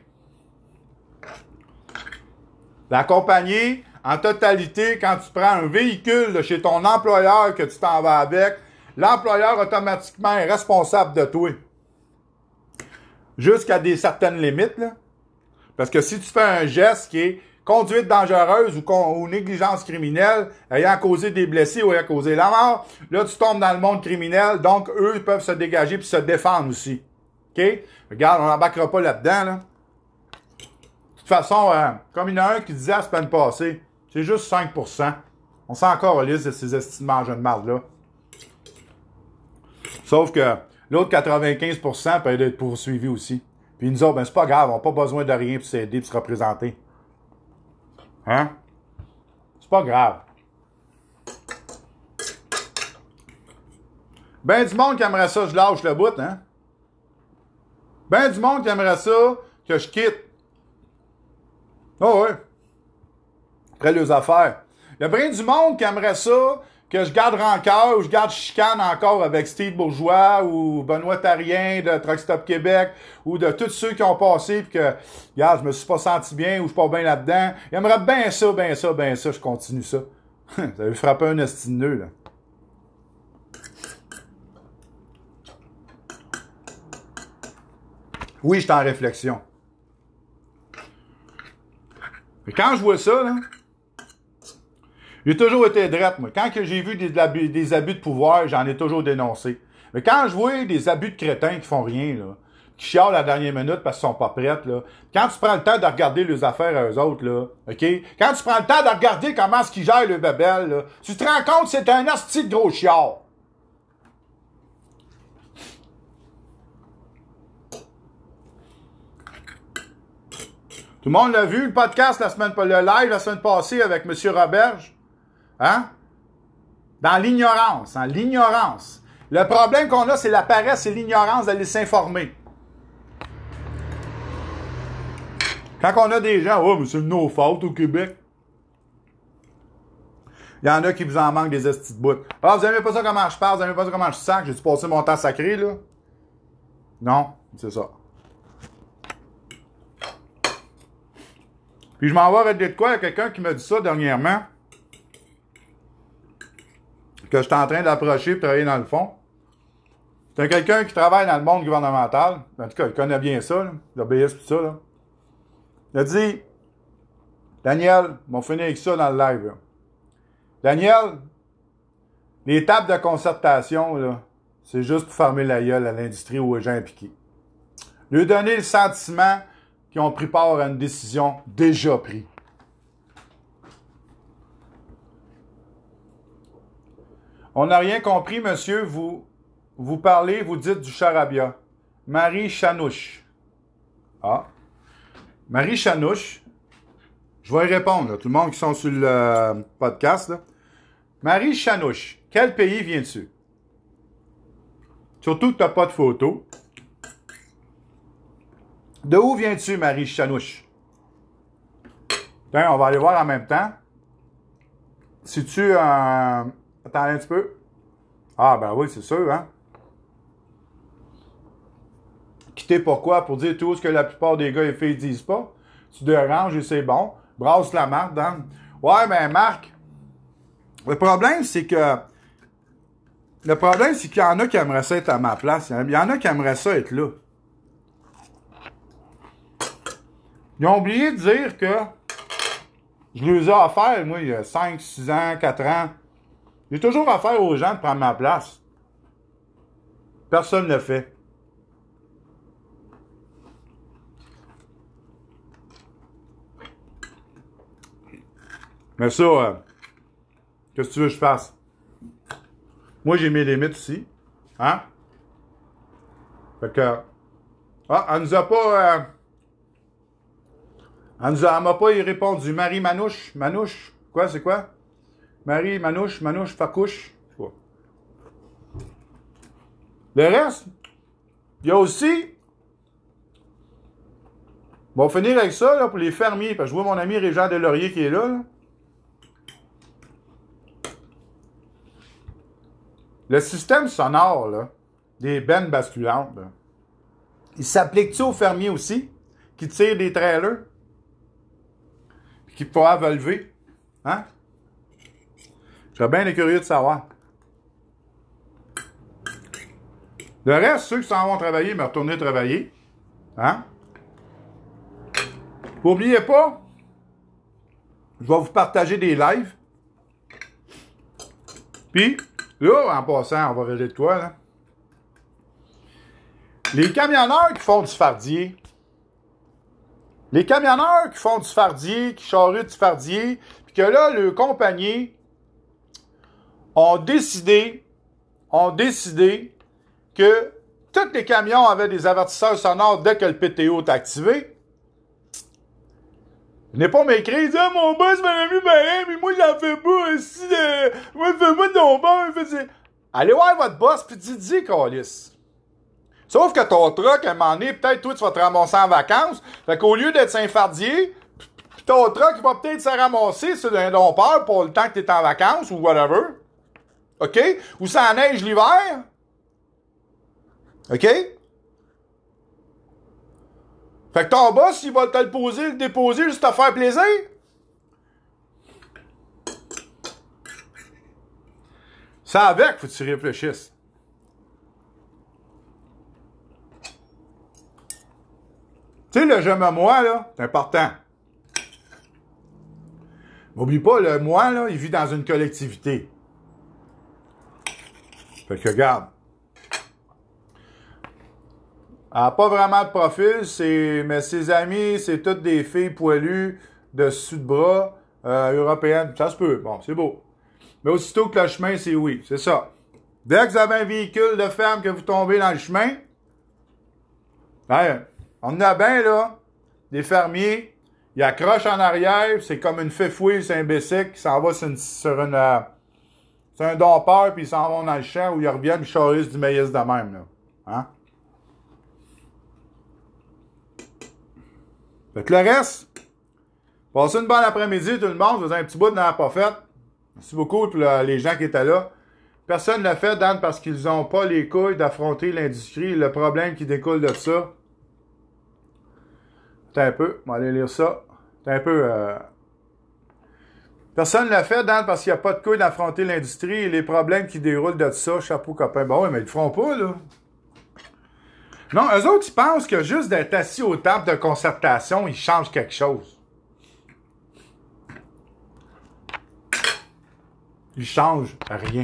La compagnie, en totalité, quand tu prends un véhicule de chez ton employeur que tu t'en vas avec, l'employeur automatiquement est responsable de toi. Jusqu'à des certaines limites, là. Parce que si tu fais un geste qui est conduite dangereuse ou négligence criminelle, ayant causé des blessés ou ayant causé la mort, là, tu tombes dans le monde criminel, donc eux, ils peuvent se dégager puis se défendre aussi. OK? Regarde, on n'embarquera pas là-dedans, là. De toute façon, comme il y en a un qui disait la semaine passée, c'est juste 5%. On s'en calisse de ces estimations de marde-là. Sauf que l'autre 95% peut être poursuivi aussi. Puis nous autres, ben c'est pas grave, on n'a pas besoin de rien pour s'aider et se représenter. Hein? C'est pas grave. Ben du monde qui aimerait ça, je lâche le bout, hein? Ben du monde qui aimerait ça, que je quitte. Oh ouais. Après les affaires. Il y a bien du monde qui aimerait ça, que je garde rancœur ou je garde chicane encore avec Steve Bourgeois ou Benoît Tarien de Truck Stop Québec ou de tous ceux qui ont passé pis que, regarde, je me suis pas senti bien ou je suis pas bien là-dedans. Il aimerait bien ça, je continue ça. Ça lui frapper un esti de nœud, là. Oui, je suis en réflexion. Mais quand je vois ça, là, j'ai toujours été drette, moi. Quand que j'ai vu des abus de pouvoir, j'en ai toujours dénoncé. Mais quand je vois des abus de crétins qui font rien, là, qui chialent à la dernière minute parce qu'ils sont pas prêts, là, quand tu prends le temps de regarder les affaires à eux autres, là, OK? Quand tu prends le temps de regarder comment est-ce qu'ils gèrent le bébel, là, tu te rends compte que c'est un hostie de gros chiard. Tout le monde l'a vu, le podcast le live la semaine passée avec M. Roberge. Hein? Dans l'ignorance, hein? L'ignorance. Le problème qu'on a, c'est la paresse et l'ignorance d'aller s'informer. Quand on a des gens, oh, mais c'est nos fautes au Québec. Il y en a qui vous en manquent des estis de bout. Ah, vous n'aimez pas ça comment je parle, vous n'aimez pas ça comment je sens, j'ai-tu passé mon temps sacré, là? Non, c'est ça. Puis je m'en vais arrêter de quoi? Il y a quelqu'un qui m'a dit ça dernièrement. Que j'étais en train d'approcher pour travailler dans le fond. C'est quelqu'un qui travaille dans le monde gouvernemental. En tout cas, il connaît bien ça, là. L'OBS tout ça, là. Il a dit, Daniel, on va finir avec ça dans le live, là. Daniel, les tables de concertation, là, c'est juste pour fermer la gueule à l'industrie ou aux gens impliqués. Lui donner le sentiment qu'ils ont pris part à une décision déjà prise. On n'a rien compris, monsieur. Vous parlez, vous dites du charabia. Marie Chanouche. Ah. Marie Chanouche. Je vais y répondre, là, tout le monde qui sont sur le podcast. Là. Marie Chanouche. Quel pays viens-tu? Surtout que tu n'as pas de photo. De où viens-tu, Marie Chanouche? Tiens, on va aller voir en même temps. Si tu... Attends un petit peu. Ah, ben oui, c'est sûr, hein? Quitter pourquoi? Pour dire tout ce que la plupart des gars et filles disent pas. Tu déranges et c'est bon. Brasse la marque, Dan. Ouais, ben Marc, le problème, c'est que... Le problème, c'est qu'il y en a qui aimeraient ça être à ma place. Il y en a qui aimeraient ça être là. Ils ont oublié de dire que je les ai offert, moi, il y a 5, 6 ans, 4 ans. J'ai toujours affaire aux gens de prendre ma place. Personne ne le fait. Mais ça, qu'est-ce que tu veux que je fasse? Moi, j'ai mes limites aussi. Hein? Fait que... Ah, elle nous a pas... elle m'a pas répondu. Marie Manouche. Manouche? Quoi, c'est quoi? Marie Manouche, Facouche. Le reste, il y a aussi... On va finir avec ça, là, pour les fermiers. Parce que je vois mon ami Régent Delaurier qui est là, là. Le système sonore, là, des bennes basculantes, là, il s'applique-tu aux fermiers aussi, qui tirent des trailers, puis qui peuvent lever? Hein? Je serais bien curieux de savoir. Le reste, ceux qui s'en vont travailler, me retourner travailler. Hein? N'oubliez pas, je vais vous partager des lives. Puis, là, en passant, on va régler de quoi, là? Les camionneurs qui font du fardier, qui charruent du fardier, puis que là, le compagnie ont décidé que tous les camions avaient des avertisseurs sonores dès que le PTO est activé. Venez pas m'écrire, ah, mon boss m'a mis pareil, mais moi j'en fais pas, aussi moi fais-moi ton bon, allez voir votre boss, pis dis, câlisse. Sauf que ton truck, à un moment donné, peut-être toi tu vas te ramasser en vacances, fait qu'au lieu d'être Saint-Fardier, pis ton truck il va peut-être se ramasser sur un dompeur pour le temps que t'es en vacances, ou whatever. OK? Ou ça neige l'hiver. OK? Fait que ton boss, il va te le déposer juste à faire plaisir. Ça avec, faut que tu réfléchisses. Tu sais, le je me moi, là, c'est important. N'oublie pas, le moi, là, il vit dans une collectivité. Fait que regarde. Elle n'a pas vraiment de profil, mais ses amis, c'est toutes des filles poilues, dessus de bras, européennes. Ça se peut. Bon, c'est beau. Mais aussitôt que le chemin, c'est oui. C'est ça. Dès que vous avez un véhicule de ferme que vous tombez dans le chemin, hein, on en a bien, là, des fermiers, ils accrochent en arrière, c'est comme une fifouille, c'est un bicycle qui s'en va sur un dompeur, puis ils s'en vont dans le champ où ils reviennent, ils charrissent du maïs de même, là. Hein? Fait que le reste, passez une bonne après-midi, tout le monde. Vous avez un petit bout de n'avez pas fait. Merci beaucoup pour les gens qui étaient là. Personne ne l'a fait, Dan, parce qu'ils n'ont pas les couilles d'affronter l'industrie, le problème qui découle de ça. Attends un peu, on va aller lire ça. Attends un peu. Personne ne l'a fait, Dan, parce qu'il n'y a pas de couilles d'affronter l'industrie et les problèmes qui déroulent de ça. Chapeau copain. Bon, oui, mais ils le feront pas, là. Non, eux autres, ils pensent que juste d'être assis aux tables de concertation, ils changent quelque chose. Ils changent rien.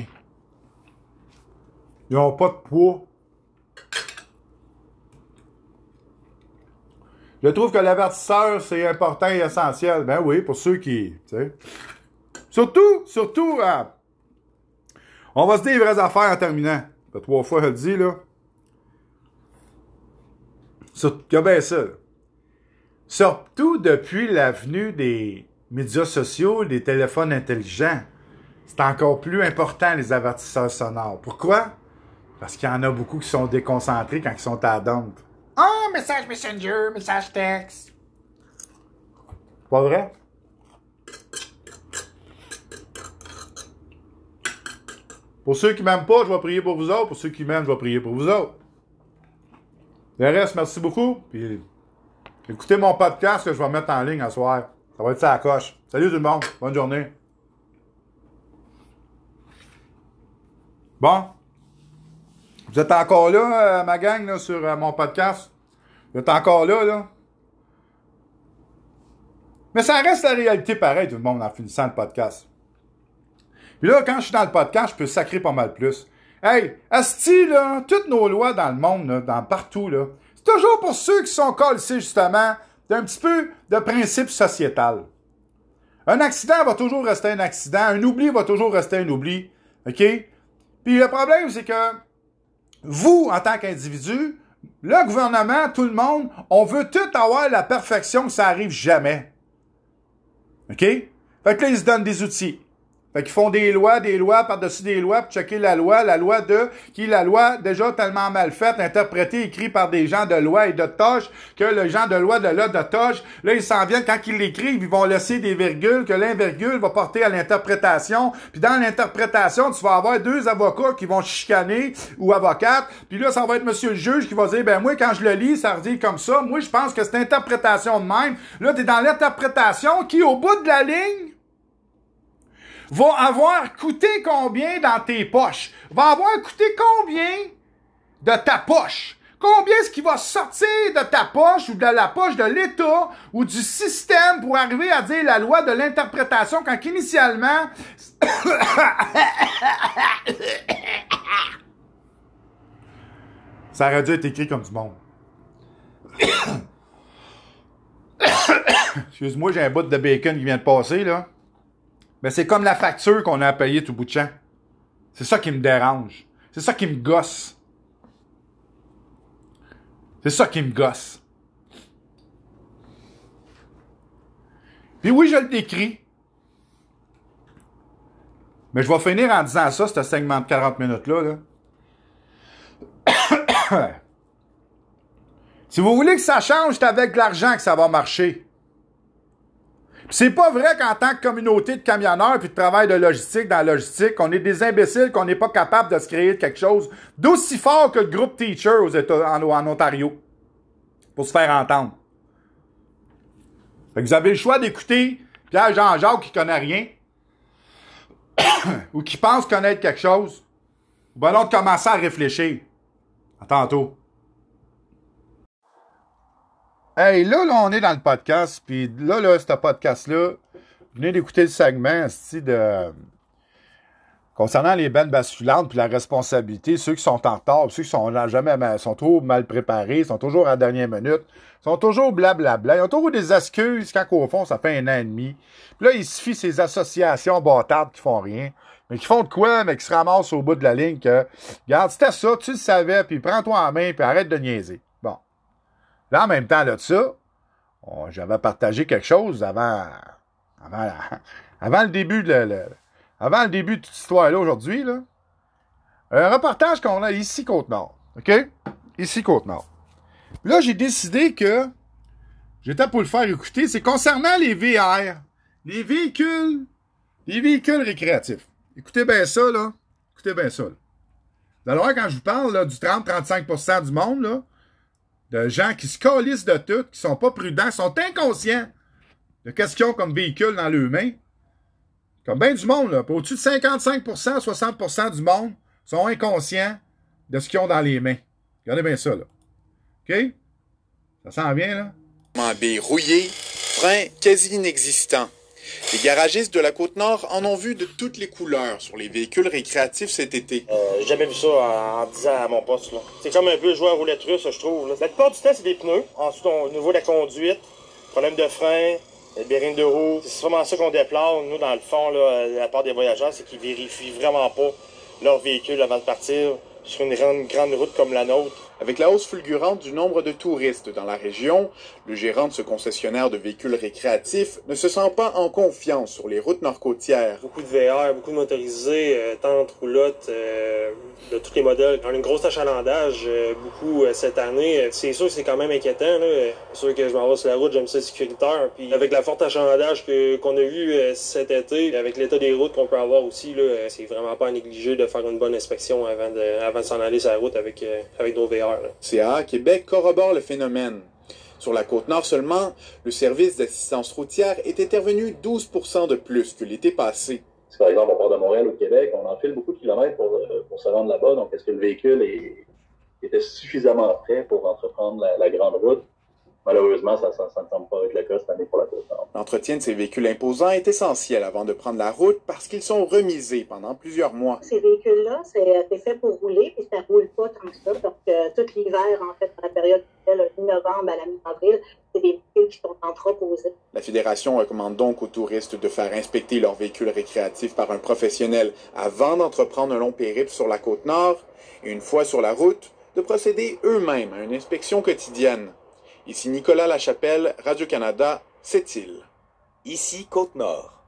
Ils n'ont pas de poids. Je trouve que l'avertisseur, c'est important et essentiel. Ben oui, pour ceux qui... Tu sais. Surtout, on va se dire les vraies affaires en terminant. Ça fait 3 fois que je le dis, là. Ben ça. Surtout depuis l'avenue des médias sociaux, des téléphones intelligents. C'est encore plus important, les avertisseurs sonores. Pourquoi? Parce qu'il y en a beaucoup qui sont déconcentrés quand ils sont à la dompe. Ah, message Messenger, message texte. Pas vrai? Pour ceux qui m'aiment pas, je vais prier pour vous autres. Pour ceux qui m'aiment, je vais prier pour vous autres. Le reste, merci beaucoup. Puis, écoutez mon podcast que je vais mettre en ligne ce soir. Ça va être ça à la coche. Salut tout le monde. Bonne journée. Bon. Vous êtes encore là, ma gang, là, sur mon podcast? Vous êtes encore là, là? Mais ça reste la réalité pareil, tout le monde, en finissant le podcast. Puis là, quand je suis dans le podcast, je peux sacrer pas mal plus. Hey, asti, là, toutes nos lois dans le monde, là, partout, là, c'est toujours pour ceux qui sont calcés, justement, d'un petit peu de principe sociétal. Un accident va toujours rester un accident. Un oubli va toujours rester un oubli. OK? Puis le problème, c'est que vous, en tant qu'individu, le gouvernement, tout le monde, on veut tout avoir la perfection que ça arrive jamais. OK? Fait que là, ils se donnent des outils. Fait qu'ils font des lois par-dessus des lois pour checker la loi qui est la loi déjà tellement mal faite, interprétée, écrite par des gens de loi et de toge, que les gens de loi de toge, là, ils s'en viennent, quand ils l'écrivent, ils vont laisser des virgules, que l'invirgule va porter à l'interprétation, puis dans l'interprétation, tu vas avoir 2 avocats qui vont chicaner, ou avocates, puis là, ça va être monsieur le juge qui va dire, ben moi, quand je le lis, ça redit comme ça, moi, je pense que c'est interprétation de même. Là, t'es dans l'interprétation qui, au bout de la ligne, va avoir coûté combien dans tes poches? Va avoir coûté combien de ta poche? Combien est-ce qui va sortir de ta poche ou de la poche de l'État ou du système pour arriver à dire la loi de l'interprétation quand initialement... Ça aurait dû être écrit comme du monde. Excuse-moi, j'ai un bout de bacon qui vient de passer, là. Mais c'est comme la facture qu'on a à payer tout bout de champ. C'est ça qui me dérange. C'est ça qui me gosse. C'est ça qui me gosse. Puis oui, je le décris. Mais je vais finir en disant ça, ce segment de 40 minutes-là. Là. Si vous voulez que ça change, c'est avec de l'argent que ça va marcher. C'est pas vrai qu'en tant que communauté de camionneurs puis de travail de logistique dans la logistique, on est des imbéciles, qu'on n'est pas capable de se créer quelque chose d'aussi fort que le groupe Teacher en Ontario pour se faire entendre. Fait que vous avez le choix d'écouter Pierre Jean-Jacques qui connaît rien ou qui pense connaître quelque chose ou ben non de commencer à réfléchir. À tantôt. Hey, là, on est dans le podcast, puis là, ce podcast-là, venez d'écouter le segment, concernant les bennes basculantes, puis la responsabilité, ceux qui sont en retard, ceux qui sont trop mal préparés, sont toujours à la dernière minute, sont toujours blablabla, ils ont toujours des excuses quand au fond, ça fait 1 an et demi. Puis là, il suffit ces associations bâtardes qui font rien, mais qui font de quoi, mais qui se ramassent au bout de la ligne que, regarde, c'était ça, tu le savais, puis prends-toi en main, puis arrête de niaiser. Bon. Là, en même temps, là, de ça, j'avais partagé quelque chose avant le début avant le début de toute cette histoire-là aujourd'hui, là. Un reportage qu'on a ici, Côte-Nord. OK? Ici, Côte-Nord. Là, j'ai décidé que j'étais pour le faire écouter. C'est concernant les VR. Les véhicules récréatifs. Écoutez bien ça, là. Écoutez bien ça, là. Vous allez voir, quand je vous parle là, du 30-35% du monde, là, de gens qui se calissent de tout, qui sont pas prudents, sont inconscients de qu'est-ce qu'ils ont comme véhicule dans leurs mains. Comme bien du monde, là. Au-dessus de 55%, 60% du monde sont inconscients de ce qu'ils ont dans les mains. Regardez bien ça, là. OK? Ça s'en vient, là? B rouillé, frein quasi inexistant. Les garagistes de la Côte-Nord en ont vu de toutes les couleurs sur les véhicules récréatifs cet été. J'ai jamais vu ça en 10 ans à mon poste, là. C'est comme un peu jouer à roulette russe, je trouve, là. La plupart du temps, c'est des pneus. Ensuite, au niveau de la conduite, problème de frein, bearing de roue. C'est vraiment ça qu'on déplore, nous, dans le fond, là, à la part des voyageurs, c'est qu'ils vérifient vraiment pas leur véhicule avant de partir sur une grande route comme la nôtre. Avec la hausse fulgurante du nombre de touristes dans la région, le gérant de ce concessionnaire de véhicules récréatifs ne se sent pas en confiance sur les routes nord-côtières. Beaucoup de VR, beaucoup de motorisés, tentes, roulottes, de tous les modèles. On a une grosse achalandage, beaucoup cette année. C'est sûr que c'est quand même inquiétant, là. C'est sûr que je m'en vais sur la route, j'aime ça sécuritaire. Puis avec la forte achalandage qu'on a eu cet été, avec l'état des routes qu'on peut avoir aussi, là, c'est vraiment pas à négliger de faire une bonne inspection avant de s'en aller sur la route avec nos VR. CAA Québec corrobore le phénomène. Sur la Côte-Nord seulement, le service d'assistance routière est intervenu 12% de plus que l'été passé. Si par exemple on part de Montréal au Québec, on enfile beaucoup de kilomètres pour se rendre là-bas, donc est-ce que le véhicule était suffisamment prêt pour entreprendre la grande route? Malheureusement, ça ne semble pas être le cas cette année pour la Côte-Nord. L'entretien de ces véhicules imposants est essentiel avant de prendre la route parce qu'ils sont remisés pendant plusieurs mois. Ces véhicules-là, c'est fait pour rouler, puis ça roule pas tant que ça. Donc, tout l'hiver, en fait, dans la période de mi-novembre à la mi-avril, c'est des véhicules qui sont entreposés. La Fédération recommande donc aux touristes de faire inspecter leurs véhicules récréatifs par un professionnel avant d'entreprendre un long périple sur la Côte-Nord et une fois sur la route, de procéder eux-mêmes à une inspection quotidienne. Ici Nicolas Lachapelle, Radio-Canada, Sept-Îles. Ici Côte-Nord.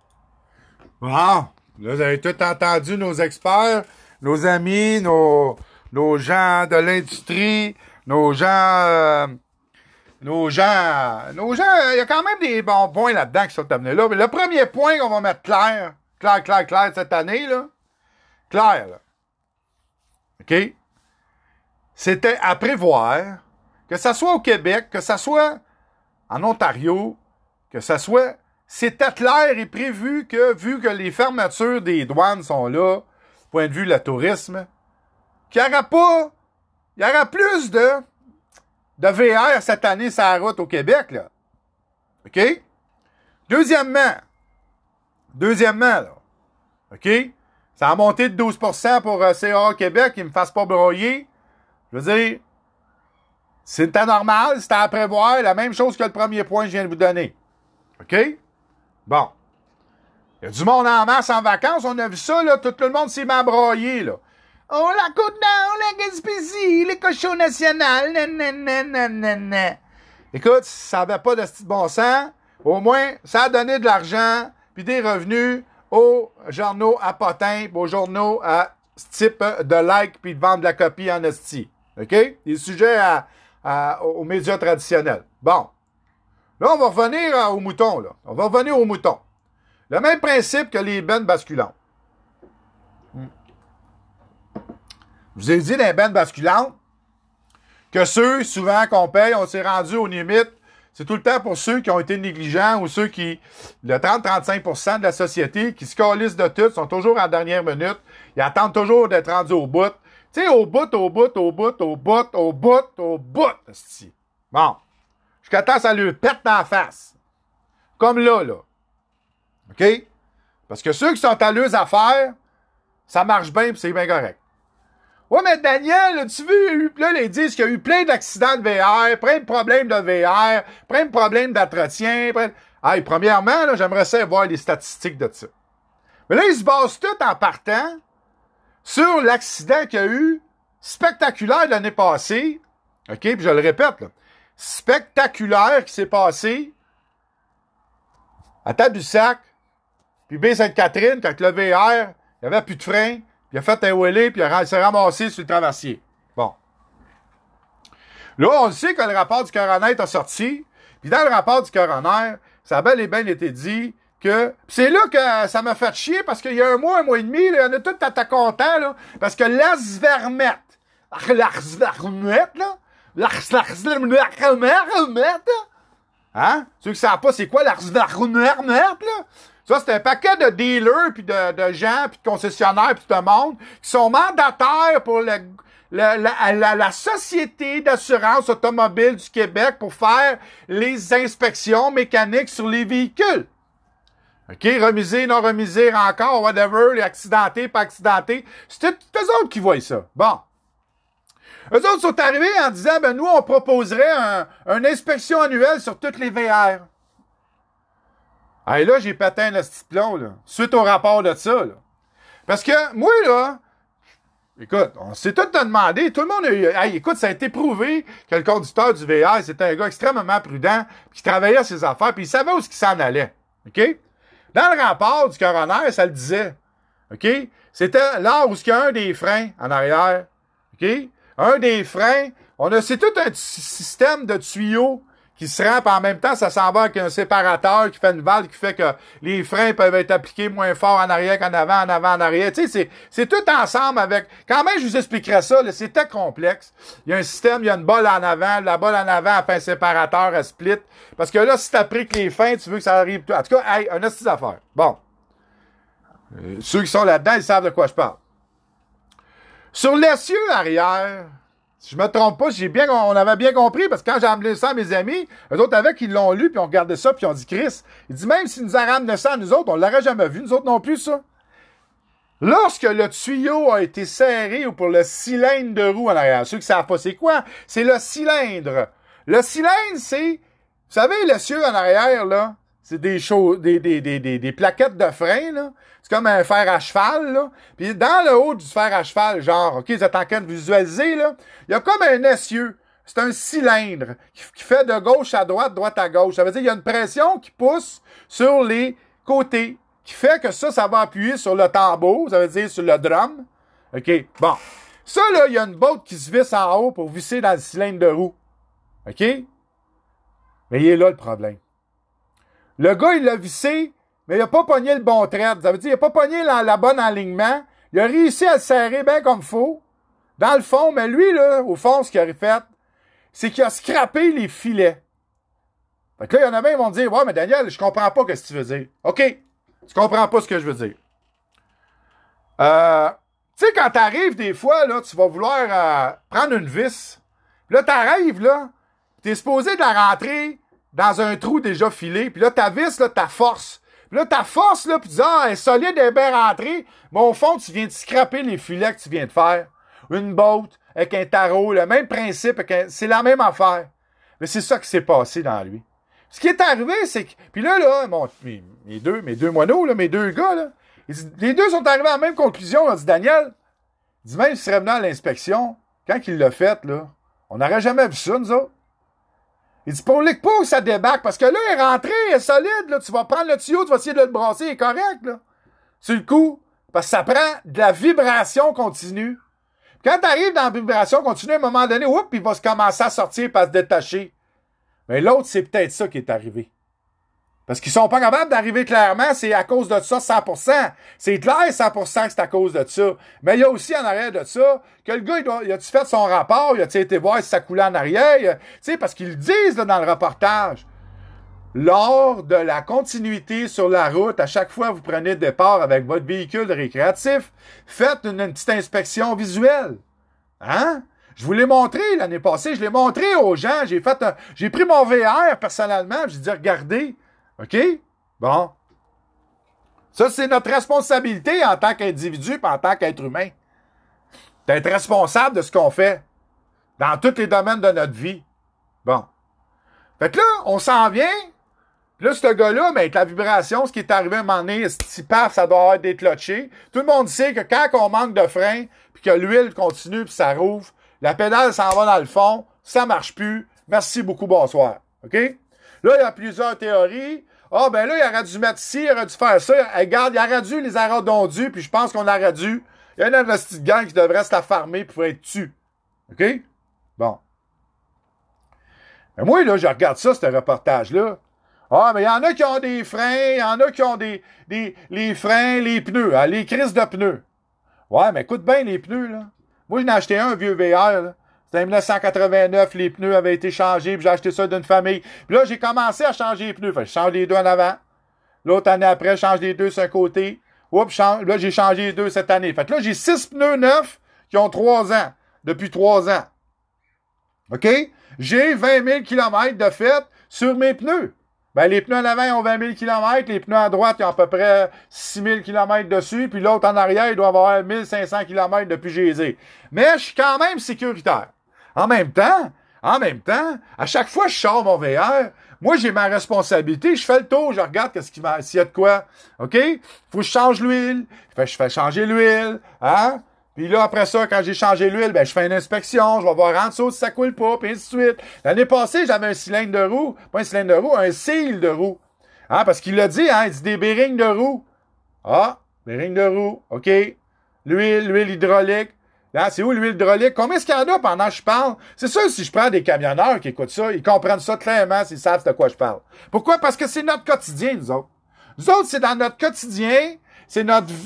Bon, là, vous avez tout entendu nos experts, nos amis, nos gens de l'industrie, nos gens, il y a quand même des bons points là-dedans qui sont amenés là. Mais le premier point qu'on va mettre clair cette année, là, clair, là, OK? C'était à prévoir que ça soit au Québec, que ça soit en Ontario, que ça soit... C'était clair et prévu que, vu que les fermetures des douanes sont là, point de vue le tourisme, qu'il n'y aura pas... Il y aura plus de VR cette année sur la route au Québec, là. OK? Deuxièmement, là, OK? Ça a monté de 12% pour CA Québec, qu'ils ne me fassent pas broyer. Je veux dire... C'était normal, c'était à prévoir, la même chose que le premier point que je viens de vous donner. OK? Bon. Il y a du monde en masse en vacances, on a vu ça, là, tout le monde s'est mis à broyer, là. Oh, la Côte-Nord, la Gaspésie, les cochons nationaux, nanana. Écoute, ça n'avait pas de petit bon sens, au moins, ça a donné de l'argent, puis des revenus aux journaux à potins, aux journaux à ce type de like, puis de vendre de la copie en esti. OK? Des sujets aux médias traditionnels. Bon. Là, on va revenir aux moutons, là. On va revenir aux moutons. Le même principe que les bennes basculantes. Je vous ai dit dans les bennes basculantes que ceux, souvent, qu'on paye, on s'est rendu aux limites. C'est tout le temps pour ceux qui ont été négligents ou ceux qui, le 30-35% de la société, qui se calissent de tout, sont toujours en dernière minute. Ils attendent toujours d'être rendus au bout. Tu sais, au bout. Bon. jusqu'à temps que ça lui pète dans la face. Comme là. OK? Parce que ceux qui sont à leurs affaires, ça marche bien et c'est bien correct. Ouais, mais Daniel, là, tu veux, là, ils disent qu'il y a eu plein d'accidents de VR, plein de problèmes de VR, plein de problèmes d'entretien. Hey, premièrement, là, j'aimerais ça voir les statistiques de ça. Mais là, ils se basent tout en partant sur l'accident qu'il y a eu spectaculaire l'année passée. OK, puis je le répète, là. Spectaculaire qui s'est passé à Tadoussac, puis Baie-Sainte-Catherine, quand le VR, il n'y avait plus de frein, puis il a fait un wheelie, puis il s'est ramassé sur le traversier. Bon. Là, on sait que le rapport du coroner est sorti, puis dans le rapport du coroner, ça a bel et bien été dit que... c'est là que ça m'a fait chier, parce qu'il y a un mois et demi, là, il y en a tout à ta content, là, parce que Lars Vermette, hein? Ceux qui savent pas c'est quoi Lars Vermette, là? Ça, c'est un paquet de dealers, puis de gens, puis de concessionnaires, puis de monde, qui sont mandataires pour la Société d'assurance automobile du Québec pour faire les inspections mécaniques sur les véhicules. OK? Remisés, non remisés, encore, whatever, les accidentés, pas accidentés. C'est eux autres qui voient ça. Bon. Eux autres sont arrivés en disant, ben nous, on proposerait une inspection annuelle sur toutes les VR. Et là, j'ai pété un petit plomb, là, suite au rapport de ça, là. Parce que, moi, là, écoute, on s'est tout demandé, tout le monde a eu, hey, écoute, ça a été prouvé que le conducteur du VR, c'était un gars extrêmement prudent, qui travaillait à ses affaires, puis il savait où il s'en allait. OK? Dans le rapport du coroner, ça le disait. OK? C'était là où il y a un des freins en arrière. OK? Un des freins, c'est tout un système de tuyaux qui se rampe en même temps, ça s'en va avec un séparateur qui fait une valve qui fait que les freins peuvent être appliqués moins fort en arrière qu'en avant, en arrière. Tu sais, c'est tout ensemble avec... Quand même, je vous expliquerai ça, là, c'était complexe. Il y a un système, il y a une balle en avant, la balle en avant, elle fait un séparateur, elle split. Parce que là, si t'as pris que les freins, tu veux que ça arrive... En tout cas, hey, un astuce d'affaires. Bon. Ceux qui sont là-dedans, ils savent de quoi je parle. Sur l'essieu arrière... Si je me trompe pas, on avait bien compris, parce que quand j'ai amené ça à mes amis, eux autres avec, ils l'ont lu, puis ont regardé ça, puis ils ont dit, Chris, il dit, même s'ils nous a ramené ça à nous autres, on l'aurait jamais vu, nous autres non plus, ça. Lorsque le tuyau a été serré ou pour le cylindre de roue en arrière, ceux qui savent pas c'est quoi, c'est le cylindre. Le cylindre, c'est, vous savez, l'essieu en arrière, là, c'est des plaquettes de frein, là. C'est comme un fer à cheval, là. Puis dans le haut du fer à cheval, genre, OK, vous êtes en train de visualiser, là, il y a comme un essieu. C'est un cylindre qui fait de gauche à droite, droite à gauche. Ça veut dire qu'il y a une pression qui pousse sur les côtés, qui fait que ça va appuyer sur le tambour, ça veut dire sur le drum. OK, bon. Ça, là, il y a une botte qui se visse en haut pour visser dans le cylindre de roue. OK? Mais il est là le problème. Le gars, il l'a vissé, mais il a pas pogné le bon trait. Ça veut dire qu'il a pas pogné la bonne alignement. Il a réussi à le serrer bien comme il faut. Dans le fond, mais lui, là, au fond, ce qu'il a fait, c'est qu'il a scrappé les filets. Fait que là, il y en a bien qui vont dire, ouais, mais Daniel, je comprends pas ce que tu veux dire. OK, tu comprends pas ce que je veux dire. Tu sais, quand t'arrives des fois, là, tu vas vouloir prendre une vis. Puis là, t'arrives, là, t'es supposé de la rentrer dans un trou déjà filé. Puis là, ta vis, là, ta force. Puis là, ta force, là, puis tu dis, elle est solide, elle est bien rentrée. Mais au fond, tu viens de scraper les filets que tu viens de faire. Une botte avec un tarot, le même principe, c'est la même affaire. Mais c'est ça qui s'est passé dans lui. Ce qui est arrivé, c'est que... Puis là, mes deux moineaux, là, mes deux gars, là, les deux sont arrivés à la même conclusion. On a dit, Daniel, il dit, même s'il serait venu à l'inspection, quand il l'a fait, là, on n'aurait jamais vu ça, nous autres. Il dit, pour les pas, ça débarque, parce que là, il est rentré, il est solide, là, tu vas prendre le tuyau, tu vas essayer de le brasser, il est correct, là. Sur le coup, parce que ça prend de la vibration continue. Quand tu arrives dans la vibration continue, à un moment donné, oups, il va se commencer à sortir et à se détacher. Mais l'autre, c'est peut-être ça qui est arrivé. Parce qu'ils sont pas capables d'arriver clairement, c'est à cause de ça 100%. C'est clair 100% que c'est à cause de ça. Mais il y a aussi en arrière de ça, que le gars, il a-tu fait son rapport, il a-tu été voir si ça coulait en arrière, tu sais, parce qu'ils le disent là, dans le reportage. Lors de la continuité sur la route, à chaque fois que vous prenez le départ avec votre véhicule récréatif, faites une petite inspection visuelle. Hein? Je vous l'ai montré l'année passée, je l'ai montré aux gens, j'ai pris mon VR personnellement, j'ai dit, regardez, OK? Bon. Ça, c'est notre responsabilité en tant qu'individu et en tant qu'être humain. D'être responsable de ce qu'on fait dans tous les domaines de notre vie. Bon. Fait que là, on s'en vient. Puis là, ce gars-là, avec la vibration, ce qui est arrivé à un moment donné, ce paf, ça doit avoir déclenché. Tout le monde sait que quand on manque de frein, puis que l'huile continue, puis ça rouvre, la pédale s'en va dans le fond, ça marche plus. Merci beaucoup, bonsoir. OK? Là, il y a plusieurs théories. Ah, ben là, il aurait dû mettre ci, il aurait dû faire ça. Regarde, il aurait dû les avoir dondus, puis je pense qu'on aurait dû. Il y a une petite gang qui devrait se la farmer pour être dessus. OK? Bon. Mais moi, là, je regarde ça, ce reportage-là. Ah, mais il y en a qui ont des freins, il y en a qui ont les freins, les pneus, hein, les crises de pneus. Ouais, mais écoute bien les pneus, là. Moi, j'en ai acheté un vieux VR, là. C'était en 1989, les pneus avaient été changés, puis j'ai acheté ça d'une famille. Puis là, j'ai commencé à changer les pneus. Fait que je change les deux en avant. L'autre année après, je change les deux sur un côté. Oups, là, j'ai changé les deux cette année. Fait que là, j'ai 6 pneus neufs qui ont 3 ans. Depuis 3 ans. OK? J'ai 20 000 km de fait sur mes pneus. Ben, les pneus en avant, ils ont 20 000 km. Les pneus à droite, ils ont à peu près 6 000 km dessus. Puis l'autre en arrière, il doit avoir 1 500 km depuis que je les ai. Mais je suis quand même sécuritaire. En même temps, à chaque fois que je sors mon VR, moi, j'ai ma responsabilité. Je fais le tour, je regarde s'il y a de quoi. OK? Faut que je change l'huile. Je fais changer l'huile. Hein? Puis là, après ça, quand j'ai changé l'huile, ben, je fais une inspection, je vais voir en dessous si ça coule pas, puis ainsi de suite. L'année passée, j'avais un cylindre de roue, pas un cylindre de roue, un seal de roue. Hein, parce qu'il l'a dit, hein, il dit des bearings de roue. Ah, bearings de roue, OK. L'huile hydraulique. Là, c'est où l'huile hydraulique? Combien est-ce qu'il y en a pendant que je parle? C'est sûr, si je prends des camionneurs qui écoutent ça, ils comprennent ça clairement s'ils savent de quoi je parle. Pourquoi? Parce que c'est notre quotidien, nous autres. Nous autres, c'est dans notre quotidien, c'est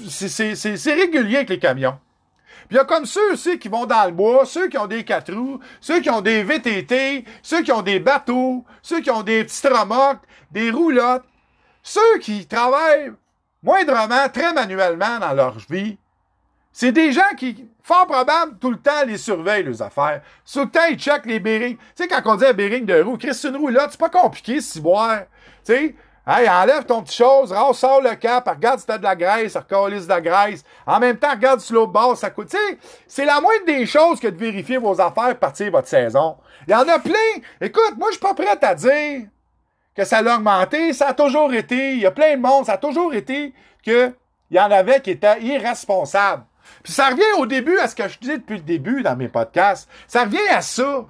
régulier avec les camions. Puis il y a comme ceux aussi qui vont dans le bois, ceux qui ont des 4 roues, ceux qui ont des VTT, ceux qui ont des bateaux, ceux qui ont des petites remorques, des roulottes, ceux qui travaillent moindrement, très manuellement dans leur vie. C'est des gens qui, fort probable, tout le temps, les surveillent, leurs affaires. Tout le temps, ils checkent les bearings. Tu sais, quand on dit un bearing de roue, Chris, une roulotte, c'est pas compliqué, si boire. Tu sais, hey, enlève ton petit chose, sors le cap, regarde si t'as de la graisse, recalisse de la graisse. En même temps, regarde sur l'autre bord, ça coûte. Tu sais, c'est la moindre des choses que de vérifier vos affaires pour partir votre saison. Il y en a plein. Écoute, moi, je suis pas prêt à dire que ça l'a augmenté. Ça a toujours été. Il y a plein de monde. Ça a toujours été qu'il y en avait qui étaient irresponsables. Puis ça revient au début à ce que je dis depuis le début dans mes podcasts. Ça revient à ça.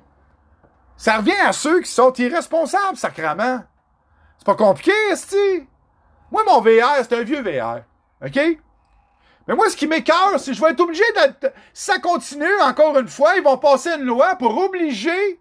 Ça revient à ceux qui sont irresponsables, sacrément. C'est pas compliqué, esti. Moi, mon VR, c'est un vieux VR. OK? Mais moi, ce qui m'écoeure, c'est que je vais être obligé de... Si ça continue, encore une fois, ils vont passer une loi pour obliger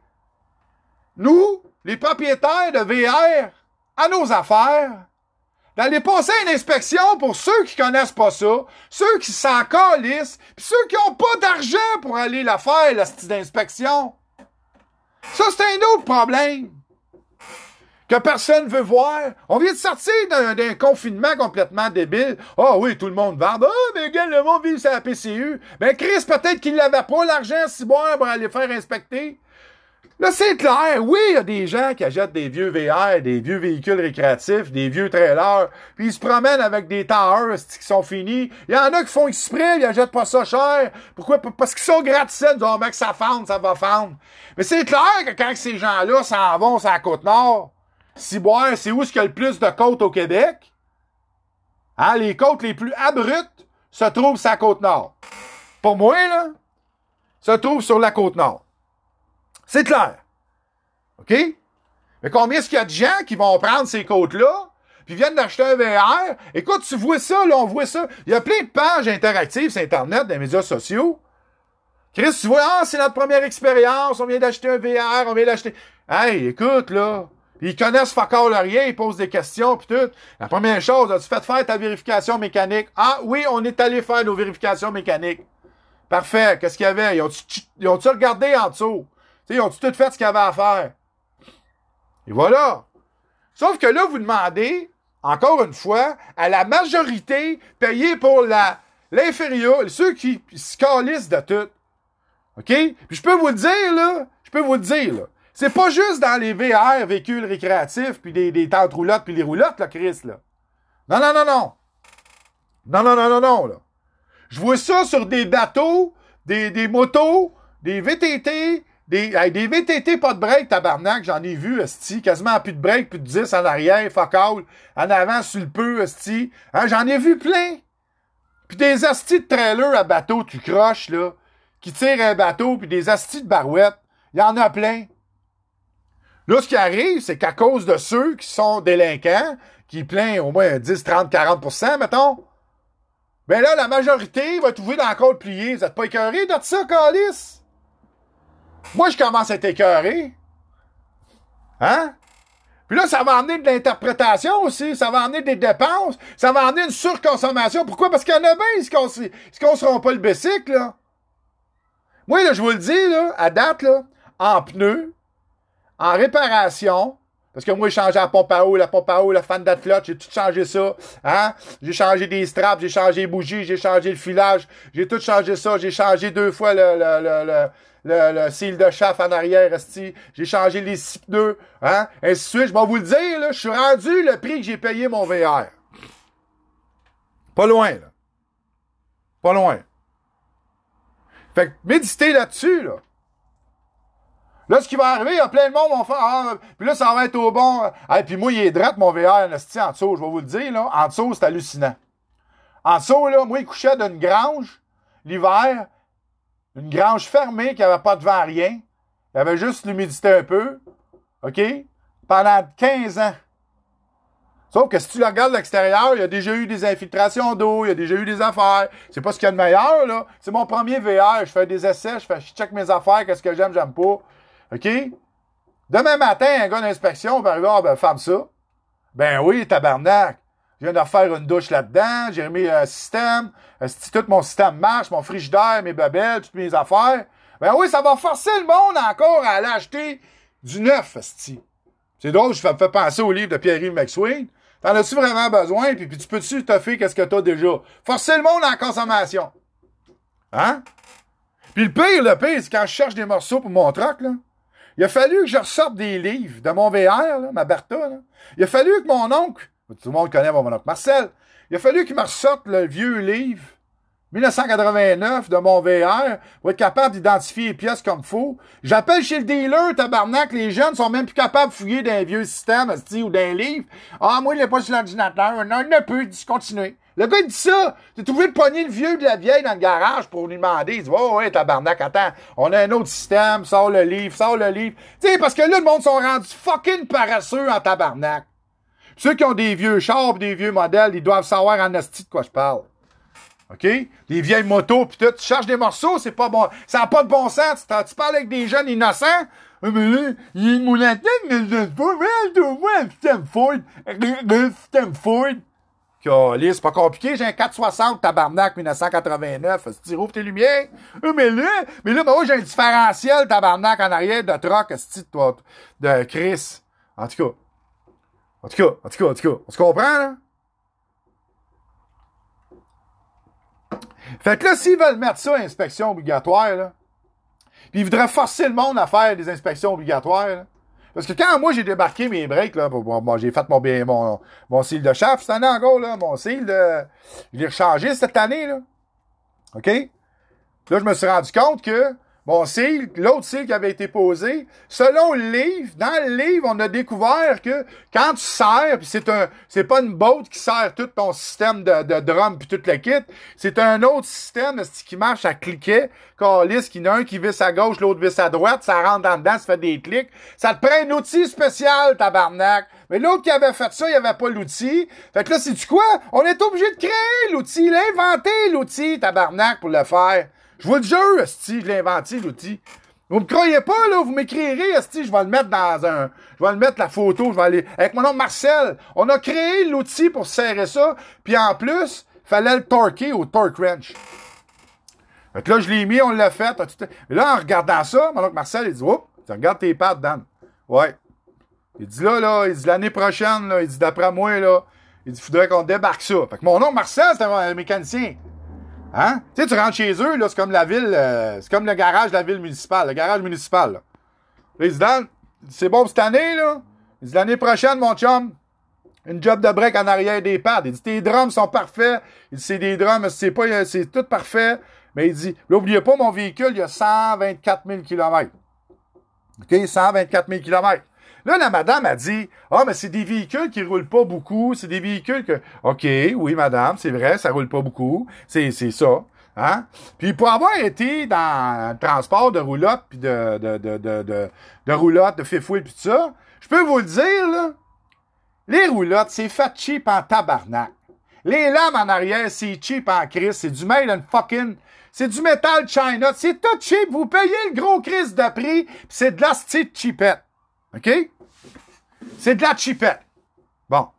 nous, les propriétaires de VR, à nos affaires, d'aller passer une inspection pour ceux qui connaissent pas ça, ceux qui s'en calissent, puis ceux qui ont pas d'argent pour aller la faire, la petite inspection. Ça, c'est un autre problème que personne veut voir. On vient de sortir d'un confinement complètement débile. Ah oui, tout le monde vend. Ah, mais gars, le monde vit sur la PCU. Ben, Chris, peut-être qu'il n'avait pas l'argent si boire pour aller faire inspecter. Là, c'est clair. Oui, il y a des gens qui achètent des vieux VR, des vieux véhicules récréatifs, des vieux trailers, puis ils se promènent avec des towers qui sont finis. Il y en a qui font exprès, ils achètent pas ça cher. Pourquoi? Parce qu'ils sont gratis, ils disent, mec, ça fende, ça va fendre. Mais c'est clair que quand ces gens-là s'en vont sur la Côte-Nord, Ciboire, c'est où est-ce qu'il y a le plus de côtes au Québec? Hein, les côtes les plus abruptes se trouvent sur la Côte-Nord. Pour moi, là, se trouvent sur la Côte-Nord. C'est clair. OK? Mais combien est-ce qu'il y a de gens qui vont prendre ces côtes-là, puis viennent d'acheter un VR? Écoute, tu vois ça, là, on voit ça. Il y a plein de pages interactives sur Internet, dans les médias sociaux. Chris, tu vois, c'est notre première expérience, on vient d'acheter un VR, on vient d'acheter... Hey, écoute, là, ils connaissent fuck all rien, ils posent des questions, puis tout. La première chose, as-tu fait faire ta vérification mécanique? Ah oui, on est allé faire nos vérifications mécaniques. Parfait, qu'est-ce qu'il y avait? Ils ont-tu regardé en dessous? Ils ont tout fait ce qu'il y avait à faire. Et voilà. Sauf que là, vous demandez, encore une fois, à la majorité payée pour l'inférieur, ceux qui se calissent de tout. OK? Puis je peux vous le dire, là, c'est pas juste dans les VR, véhicules récréatifs, puis des tentes roulottes, puis les roulottes, là, Chris, là. Non, non, non, non. Non, non, non, non, non, là. Je vois ça sur des bateaux, des motos, des VTT, des VTT pas de break, tabarnak, j'en ai vu, esti, quasiment plus de break, plus de 10 en arrière, fuck all, en avant, sur le peu, esti. Hein, j'en ai vu plein. Puis des astis de trailer à bateau, tu croches, là, qui tirent un bateau, puis des astis de barouettes. Il y en a plein. Là, ce qui arrive, c'est qu'à cause de ceux qui sont délinquants, qui plaignent au moins 10, 30, 40%, mettons, ben là, la majorité va trouver dans le code plié. Vous êtes pas écœurés de ça, câlisse? Moi, je commence à être écœuré. Hein? Puis là, ça va amener de l'interprétation aussi. Ça va amener des dépenses. Ça va amener une surconsommation. Pourquoi? Parce qu'il y en a bien, ils se casseront pas le bicycle, là. Moi, là, je vous le dis, là, à date, là, en pneus, en réparation, parce que moi, j'ai changé la pompe à eau, la fan d'athlète, j'ai tout changé ça, hein? J'ai changé des straps, j'ai changé les bougies, j'ai changé le filage, j'ai tout changé ça, j'ai changé 2 fois le seal de chauffe en arrière, esti. J'ai changé les 6 pneus, hein? Ainsi de suite, je vais vous le dire, là, je suis rendu le prix que j'ai payé mon VR. Pas loin, là. Pas loin. Fait que méditez là-dessus, là. Là, ce qui va arriver, il y a plein de monde vont faire, puis là, ça va être au bon. Puis moi, il est drette, mon VR, esti, en dessous, je vais vous le dire, là. En dessous, c'est hallucinant. En dessous, là, moi, il couchait d'une grange, l'hiver, une grange fermée, qui n'avait pas de vent, rien. Il y avait juste l'humidité un peu. OK? Pendant 15 ans. Sauf que si tu le regardes de l'extérieur, il y a déjà eu des infiltrations d'eau, il y a déjà eu des affaires. C'est pas ce qu'il y a de meilleur, là. C'est mon premier VR. Je fais des essais, je check mes affaires, qu'est-ce que j'aime pas. OK? Demain matin, un gars d'inspection va arriver, ben, ferme ça. Ben oui, tabarnak. Je viens de refaire une douche là-dedans, j'ai remis un système. Si tout mon système marche, mon frigidaire, mes babelles, toutes mes affaires. Ben oui, ça va forcer le monde encore à aller acheter du neuf, esti. C'est drôle, ça me fait penser au livre de Pierre-Yves McSween. T'en as-tu vraiment besoin? Puis tu peux-tu toffer qu'est-ce que t'as déjà? Forcer le monde en consommation. Hein? Puis le pire, c'est quand je cherche des morceaux pour mon truck, là. Il a fallu que je ressorte des livres de mon VR, là, ma Bertha, là. Il a fallu que mon oncle, tout le monde connaît mon oncle Marcel, il a fallu qu'il me ressorte le vieux livre 1989 de mon VR pour être capable d'identifier les pièces comme faut. J'appelle chez le dealer, tabarnak, les jeunes sont même plus capables de fouiller dans un vieux système, ou dans un livre. Ah, moi, il n'est pas sur l'ordinateur. Non, il ne peut continuer. Le gars, il dit ça. T'es trouvé de pogner le vieux de la vieille dans le garage pour lui demander. Il dit, oh, ouais, tabarnak, attends, on a un autre système, sors le livre. Tu sais, parce que là, le monde sont rendus fucking paresseux en tabarnak. Ceux qui ont des vieux chars des vieux modèles, ils doivent savoir en esti de quoi je parle. OK? Des vieilles motos, pis tout. Tu cherches des morceaux, c'est pas bon. Ça n'a pas de bon sens. Tu parles avec des jeunes innocents. Mais là, il y a une moulette, mais je sais pas, un système Ford. Un système Ford. C'est pas compliqué, j'ai un 460 tabarnak 1989. Si tu rouvres tes lumières. Mais là, moi, j'ai un différentiel tabarnak en arrière de truck, de Chris. En tout cas. On se comprend, là? Fait que là, s'ils veulent mettre ça à inspection obligatoire, là, puis ils voudraient forcer le monde à faire des inspections obligatoires, là, parce que quand moi j'ai débarqué mes breaks, là, j'ai fait mon seal de chauffe cette année encore, là, mon seal de. Je l'ai rechangé cette année, là. OK? Là, je me suis rendu compte que mon seal, l'autre seal qui avait été posé, selon le livre, dans le livre, on a découvert que quand tu serres, puis c'est pas une botte qui sert tout ton système de drum puis toute la kit, c'est un autre système qui marche à cliquet, calice, qu'il y en a un qui visse à gauche, l'autre visse à droite, ça rentre dans dedans, ça fait des clics. Ça te prend un outil spécial, tabarnak. Mais l'autre qui avait fait ça, il avait pas l'outil. Fait que là, c'est-tu quoi? On est obligé de créer l'outil, il a inventé l'outil, tabarnak, pour le faire. Je vous le jure, esti, je l'ai inventé, l'outil. Vous me croyez pas, là, vous m'écrirez, esti, je vais le mettre je vais le mettre la photo, je vais aller, avec mon nom Marcel, on a créé l'outil pour serrer ça, puis en plus, fallait le torquer au torque wrench. Fait que là, je l'ai mis, on l'a fait, et là, en regardant ça, mon oncle Marcel, il dit, oups, tu regardes tes pattes, Dan. Ouais. Il dit là, il dit l'année prochaine, là, il dit d'après moi, là, il dit, faudrait qu'on débarque ça. Fait que mon oncle Marcel, c'est un mécanicien. Hein? Tu sais, tu rentres chez eux, là, c'est comme la ville, c'est comme le garage de la ville municipale, le garage municipal, là. Président, c'est bon pour cette année, là? Il dit, l'année prochaine, mon chum, une job de break en arrière des pads. Il dit, tes drums sont parfaits. Il dit, c'est des drums, c'est tout parfait. Mais il dit, là, oubliez pas, mon véhicule, il y a 124 000 km. OK? 124 000 km. Là, la madame a dit, ah, mais c'est des véhicules qui roulent pas beaucoup. C'est des véhicules que, OK, oui, madame, c'est vrai, ça roule pas beaucoup. C'est ça. Hein? Puis pour avoir été dans le transport de roulotte, puis de roulotte, de fifth wheel, puis tout ça, je peux vous le dire, là, les roulottes, c'est fait cheap en tabarnak. Les lames en arrière, c'est cheap en crise. C'est du made and fucking... C'est du métal China. C'est tout cheap. Vous payez le gros crise de prix, pis c'est de la petite cheapette. OK? C'est de la cheapette. Bon.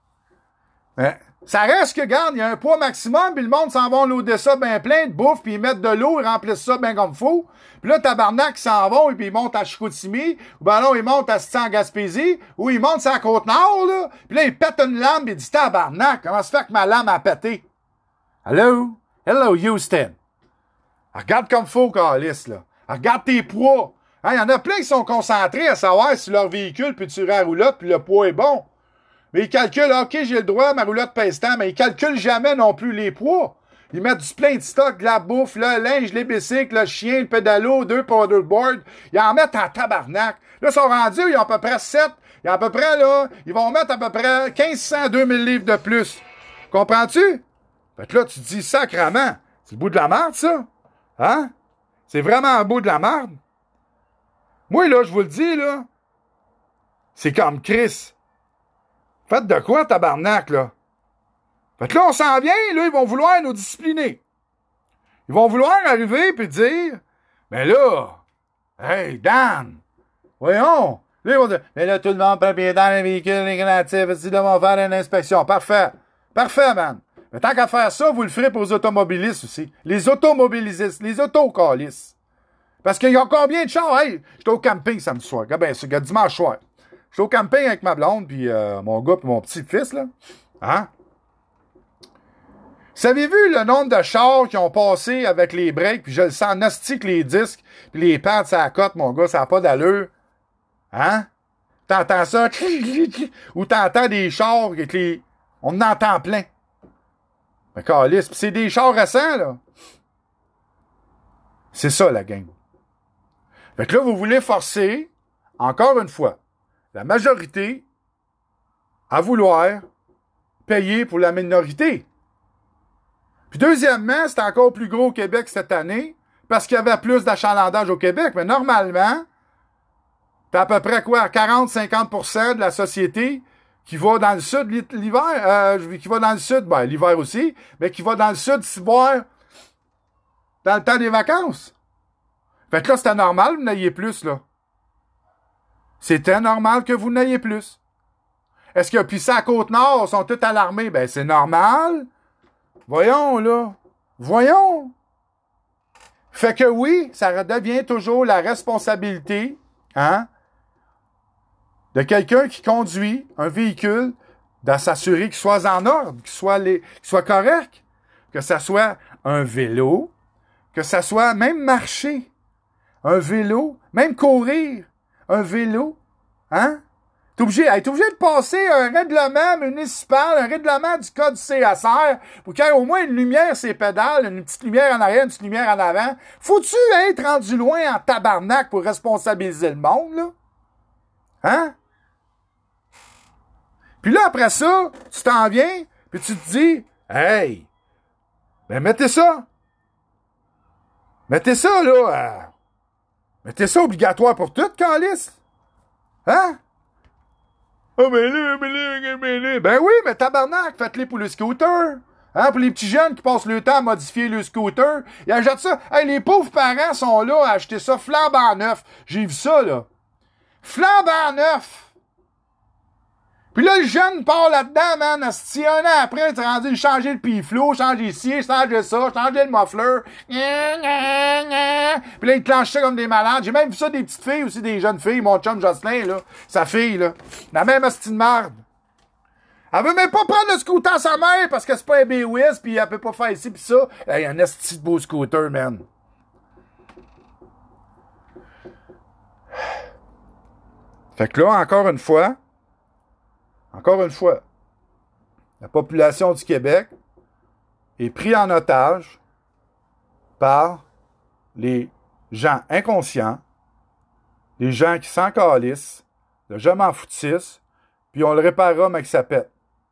Ça reste que, regarde, il y a un poids maximum, puis le monde s'en va loader ça bien plein de bouffe, puis ils mettent de l'eau, ils remplissent ça bien comme faut. Puis là, tabarnak, ils s'en vont, et puis ils montent à Chicoutimi, ou ben non, ils montent à en Gaspésie, ou ils montent sur la Côte-Nord, là. Puis là, ils pètent une lame, puis ils disent, tabarnak, comment se fait que ma lame a pété? Hello? Hello, Houston. Regarde comme faut, Carlis, là. Regarde tes poids. Hein, il y en a plein qui sont concentrés à savoir si leur véhicule peut tirer la roulotte, puis le poids est bon. Mais ils calculent, OK, j'ai le droit, ma roulotte pèse tant, mais ils calculent jamais non plus les poids. Ils mettent du plein de stock, de la bouffe, le linge, les bicycles, le chien, le pédalo, 2 paddleboards. Ils en mettent en tabarnak. Là, ils sont rendus, ils ont à peu près 7. Ils ont à peu près, là, ils vont mettre à peu près 1500, 2000 livres de plus. Comprends-tu? Fait que là, tu te dis, sacrement, c'est le bout de la merde, ça. Hein? C'est vraiment un bout de la merde. Moi, là, je vous le dis, là, c'est comme Chris. Faites de quoi, tabarnak, là? Fait que là, on s'en vient, là, ils vont vouloir nous discipliner. Ils vont vouloir arriver puis dire, ben là, hey, Dan, voyons. Là, ils vont dire, mais là, tout le monde propriétaire d'un véhicule récréatif, ils vont faire une inspection. Parfait. Parfait, man. Mais tant qu'à faire ça, vous le ferez pour les automobilistes aussi. Les automobilistes, les autocalistes. Parce qu'il y a combien de chars? Hey, j'étais au camping samedi soir. Ben, c'est dimanche soir. J'étais au camping avec ma blonde, puis mon gars, puis mon petit-fils, là. Hein? Savez-vous le nombre de chars qui ont passé avec les breaks, puis je le sens nastique les disques, puis les pads, ça la cote, mon gars, ça n'a pas d'allure. Hein? T'entends ça? Ou t'entends des chars avec les... On en entend plein. Mais câlisse, pis c'est des chars récents, là. C'est ça, la gang. Fait que là, vous voulez forcer, encore une fois, la majorité à vouloir payer pour la minorité. Puis deuxièmement, c'est encore plus gros au Québec cette année, parce qu'il y avait plus d'achalandage au Québec. Mais normalement, t'as à peu près quoi, 40-50% de la société qui va dans le sud l'hiver, qui va dans le sud, ben l'hiver aussi, mais qui va dans le sud s'y boire dans le temps des vacances. Fait que là, c'était normal que vous n'ayez plus, là. C'était normal que vous n'ayez plus. Est-ce que, puis ça, à Côte-Nord, sont tous alarmés? Ben, c'est normal. Voyons, là. Voyons. Fait que oui, ça redevient toujours la responsabilité, hein, de quelqu'un qui conduit un véhicule, de s'assurer qu'il soit en ordre, qu'il soit correct, que ça soit un vélo, que ça soit même marcher, un vélo, même courir, un vélo, hein? T'es obligé de passer un règlement municipal, un règlement du code CSR, pour qu'il y ait au moins une lumière sur les pédales, une petite lumière en arrière, une petite lumière en avant. Faut-tu être rendu loin en tabarnak pour responsabiliser le monde, là? Hein? Puis là, après ça, tu t'en viens, puis tu te dis, hey, ben mettez ça. Mettez ça, là. Mettez ça obligatoire pour tout, câlisse. Hein? Ah, ben là. Ben oui, mais tabarnak, faites-les pour le scooter. Hein, pour les petits jeunes qui passent le temps à modifier le scooter. Ils achètent ça. Hey, les pauvres parents sont là à acheter ça flambant neuf. J'ai vu ça, là. Flambant neuf. Puis là, le jeune part là-dedans, man, asti, un an après, il s'est rendu changer le piflot, changer ci, changer ça, changer le muffler. Puis là, il clenche ça comme des malades. J'ai même vu ça des petites filles aussi, des jeunes filles. Mon chum Jocelyn, là, sa fille, là. La même asti de merde. Elle veut même pas prendre le scooter à sa mère parce que c'est pas un BWS puis elle peut pas faire ici pis ça. Hey, un esti de beau scooter, man. Fait que là, encore une fois, la population du Québec est prise en otage par les gens inconscients, les gens qui s'en calissent, le je m'en foutisse, puis on le réparera, mais que ça pète.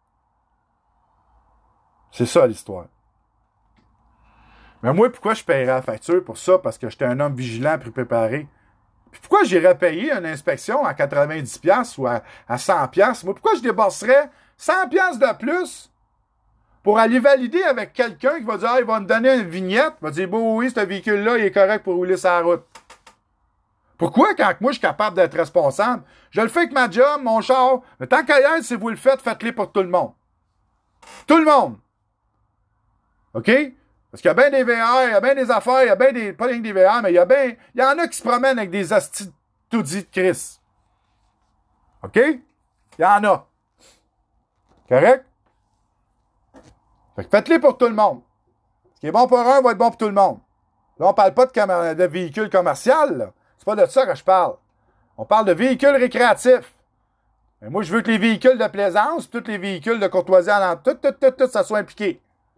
C'est ça l'histoire. Mais moi, pourquoi je paierais la facture pour ça? Parce que j'étais un homme vigilant puis préparé. Puis pourquoi j'irais payer une inspection à 90$ ou à 100$? Moi, pourquoi je débourserais 100$ de plus pour aller valider avec quelqu'un qui va dire, ah, il va me donner une vignette, il va dire, bon, oui, ce véhicule-là, il est correct pour rouler sur la route. Pourquoi, quand moi, je suis capable d'être responsable? Je le fais avec ma job, mon char, mais tant qu'à y être, si vous le faites, faites-le pour tout le monde. Tout le monde! OK? Parce qu'il y a bien des VR, il y a bien des affaires, il y a bien des... Pas rien que des VR, mais il y en a qui se promènent avec des astis tout dit de Chris. OK? Il y en a. Correct? Fait que faites-les pour tout le monde. Ce qui est bon pour un va être bon pour tout le monde. Là, on parle pas de véhicules commerciaux, là. C'est pas de ça que je parle. On parle de véhicules récréatifs. Mais moi, je veux que les véhicules de plaisance, tous les véhicules de courtoisie, tout, ça soit impliqué.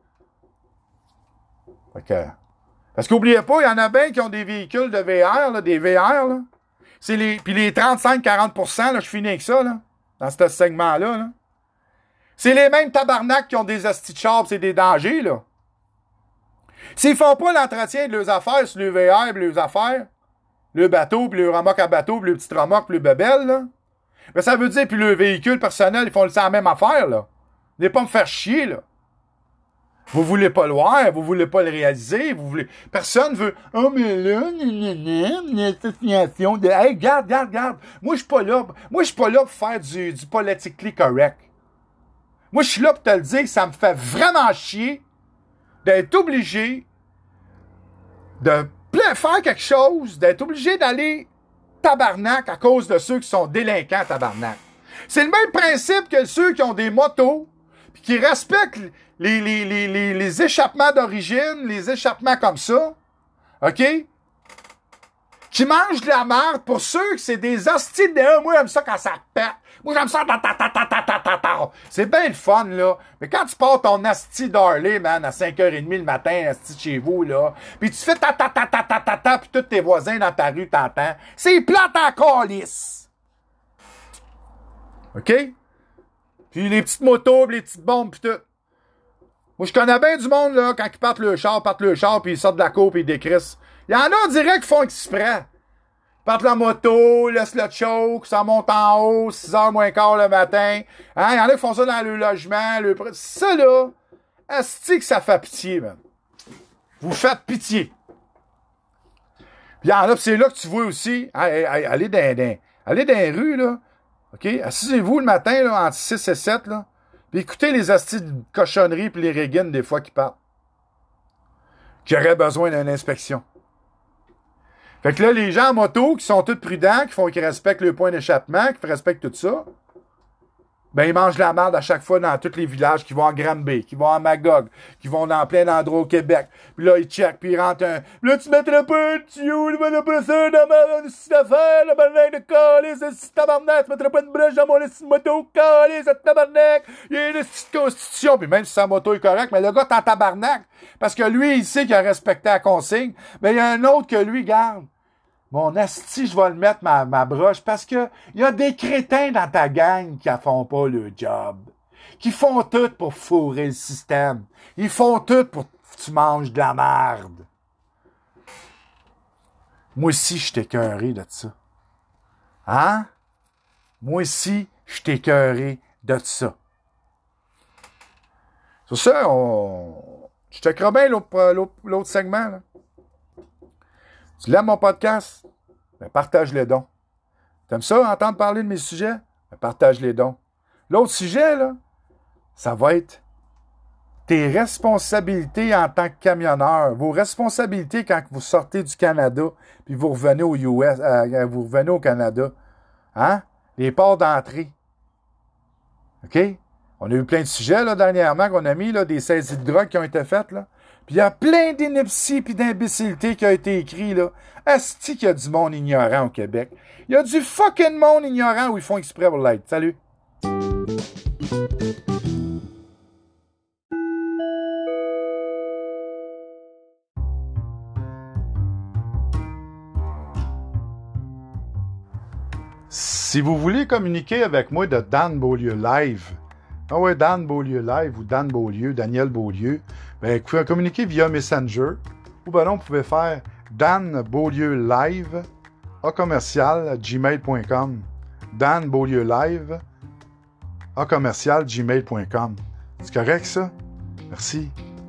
Okay. Parce qu'oubliez pas, il y en a bien qui ont des véhicules de VR, là, des VR, là. Puis les 35-40%, là, je finis avec ça, là, dans ce segment-là, là. C'est les mêmes tabarnaks qui ont des hosties de char, c'est des dangers, là. S'ils font pas l'entretien de leurs affaires sur le VR, puis leurs affaires, le bateau, puis le remorque à bateau, puis le petit remorque, puis le bebel, là, ben ça veut dire, puis le véhicule personnel, ils font la même affaire, là. Venez pas me faire chier, là. Vous voulez pas le voir, vous voulez pas le réaliser, vous voulez... Personne veut... Oh, mais là, une association de... Hey, garde. Moi, je suis pas là pour faire du politically correct. Moi, je suis là pour te le dire que ça me fait vraiment chier d'être obligé de faire quelque chose, d'être obligé d'aller tabarnak à cause de ceux qui sont délinquants tabarnak. C'est le même principe que ceux qui ont des motos puis qui respectent les échappements d'origine, les échappements comme ça, OK? Qui mangent de la merde pour ceux que c'est des hosties de... Moi, j'aime ça quand ça pète. Moi, j'aime ça... C'est bien le fun, là. Mais quand tu pars ton asti d'Harley, man, à 5h30 le matin, asti de chez vous, là, puis tu fais puis tous tes voisins dans ta rue t'entendent, c'est plate en calice. OK? Puis les petites motos, les petites bombes, pis tout. Moi, je connais bien du monde, là, quand ils partent le char, puis ils sortent de la cour, puis ils décrissent. Il y en a, on dirait, qui font exprès. Ils partent la moto, laissent le choke, ça monte en haut, 6h moins quart le matin. Hein? Il y en a qui font ça dans le logement. Ça, là, asti que ça fait pitié, man. Vous faites pitié. Puis il y en a, puis c'est là que tu vois aussi, allez dans les rues, là. OK? Assisez-vous le matin, là, entre 6 et 7, là. Puis écoutez les astis de cochonneries puis les régines des fois qui partent. Qui auraient besoin d'une inspection. Fait que là, les gens en moto qui sont tous prudents, qui respectent le point d'échappement, qui respectent tout ça, ben ils mangent de la merde à chaque fois dans tous les villages, qui vont à Granby, qui vont à Magog, qui vont dans plein d'endroits au Québec. Puis là, ils checkent, puis ils rentrent un... Là, tu mettrais pas un tuyau, tu mettrais pas ça dans ma petite affaire, la banane de calice, ce tabarnak, tu mettrais pas une brèche dans mon moto, calice, cette tabarnak, il y a une petite constitution. Puis même si sa moto est correcte, mais le gars est en tabarnak, parce que lui, il sait qu'il a respecté la consigne, mais il y a un autre que lui garde. Mon asti, je vais le mettre ma broche parce que il y a des crétins dans ta gang qui font pas le job. Qui font tout pour fourrer le système. Ils font tout pour que tu manges de la merde. Moi aussi, je t'ai écœuré de ça. Hein? Moi aussi, je t'ai écœuré de ça. Sur ça, je te crois bien l'autre segment, là. Tu l'aimes mon podcast? Ben partage-le donc. T'aimes ça, entendre parler de mes sujets? Ben partage-les donc. L'autre sujet, là, ça va être tes responsabilités en tant que camionneur. Vos responsabilités quand vous sortez du Canada puis vous revenez aux US, vous revenez au Canada. Hein? Les ports d'entrée. OK? On a eu plein de sujets, là, dernièrement, qu'on a mis, là, des saisies de drogue qui ont été faites, là. Puis il y a plein d'inepties puis d'imbécilités qui ont été écrits, là. Asti qu'il y a du monde ignorant au Québec. Il y a du fucking monde ignorant où ils font exprès pour l'être. Salut! Si vous voulez communiquer avec moi de Dan Beaulieu Live, ah ouais, Dan Beaulieu Live ou Dan Beaulieu, Daniel Beaulieu, ben, vous pouvez communiquer via Messenger ou ben non, vous pouvez faire Dan Beaulieu Live @gmail.com. Dan Beaulieu Live @gmail.com. C'est correct ça? Merci.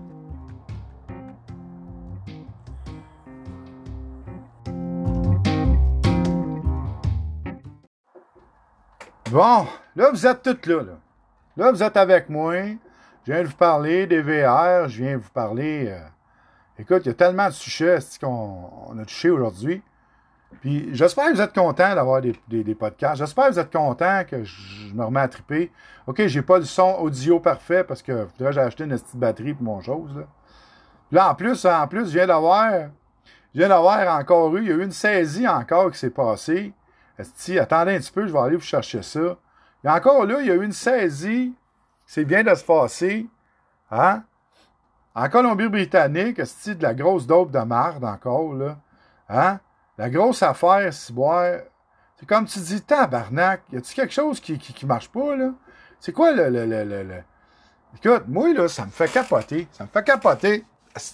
Bon, là, vous êtes tous là. Là, vous êtes avec moi. Je viens de vous parler des VR. Je viens de vous parler... Écoute, il y a tellement de sujets qu'on a touché aujourd'hui. Puis, j'espère que vous êtes contents d'avoir des podcasts. J'espère que vous êtes contents que je me remets à triper. OK, j'ai pas le son audio parfait parce que là, j'ai acheté une petite batterie pour mon chose. Là, en plus, je viens d'avoir encore il y a eu une saisie encore qui s'est passée. Attendez un petit peu, je vais aller vous chercher ça. Et encore là, il y a eu une saisie qui vient de se passer. Hein? En Colombie-Britannique, de la grosse dope de marde encore, là. Hein? La grosse affaire, ciboire. C'est comme tu dis, tabarnak, y a-tu quelque chose qui marche pas, là? C'est quoi le... Écoute, moi, là, ça me fait capoter. Ça me fait capoter.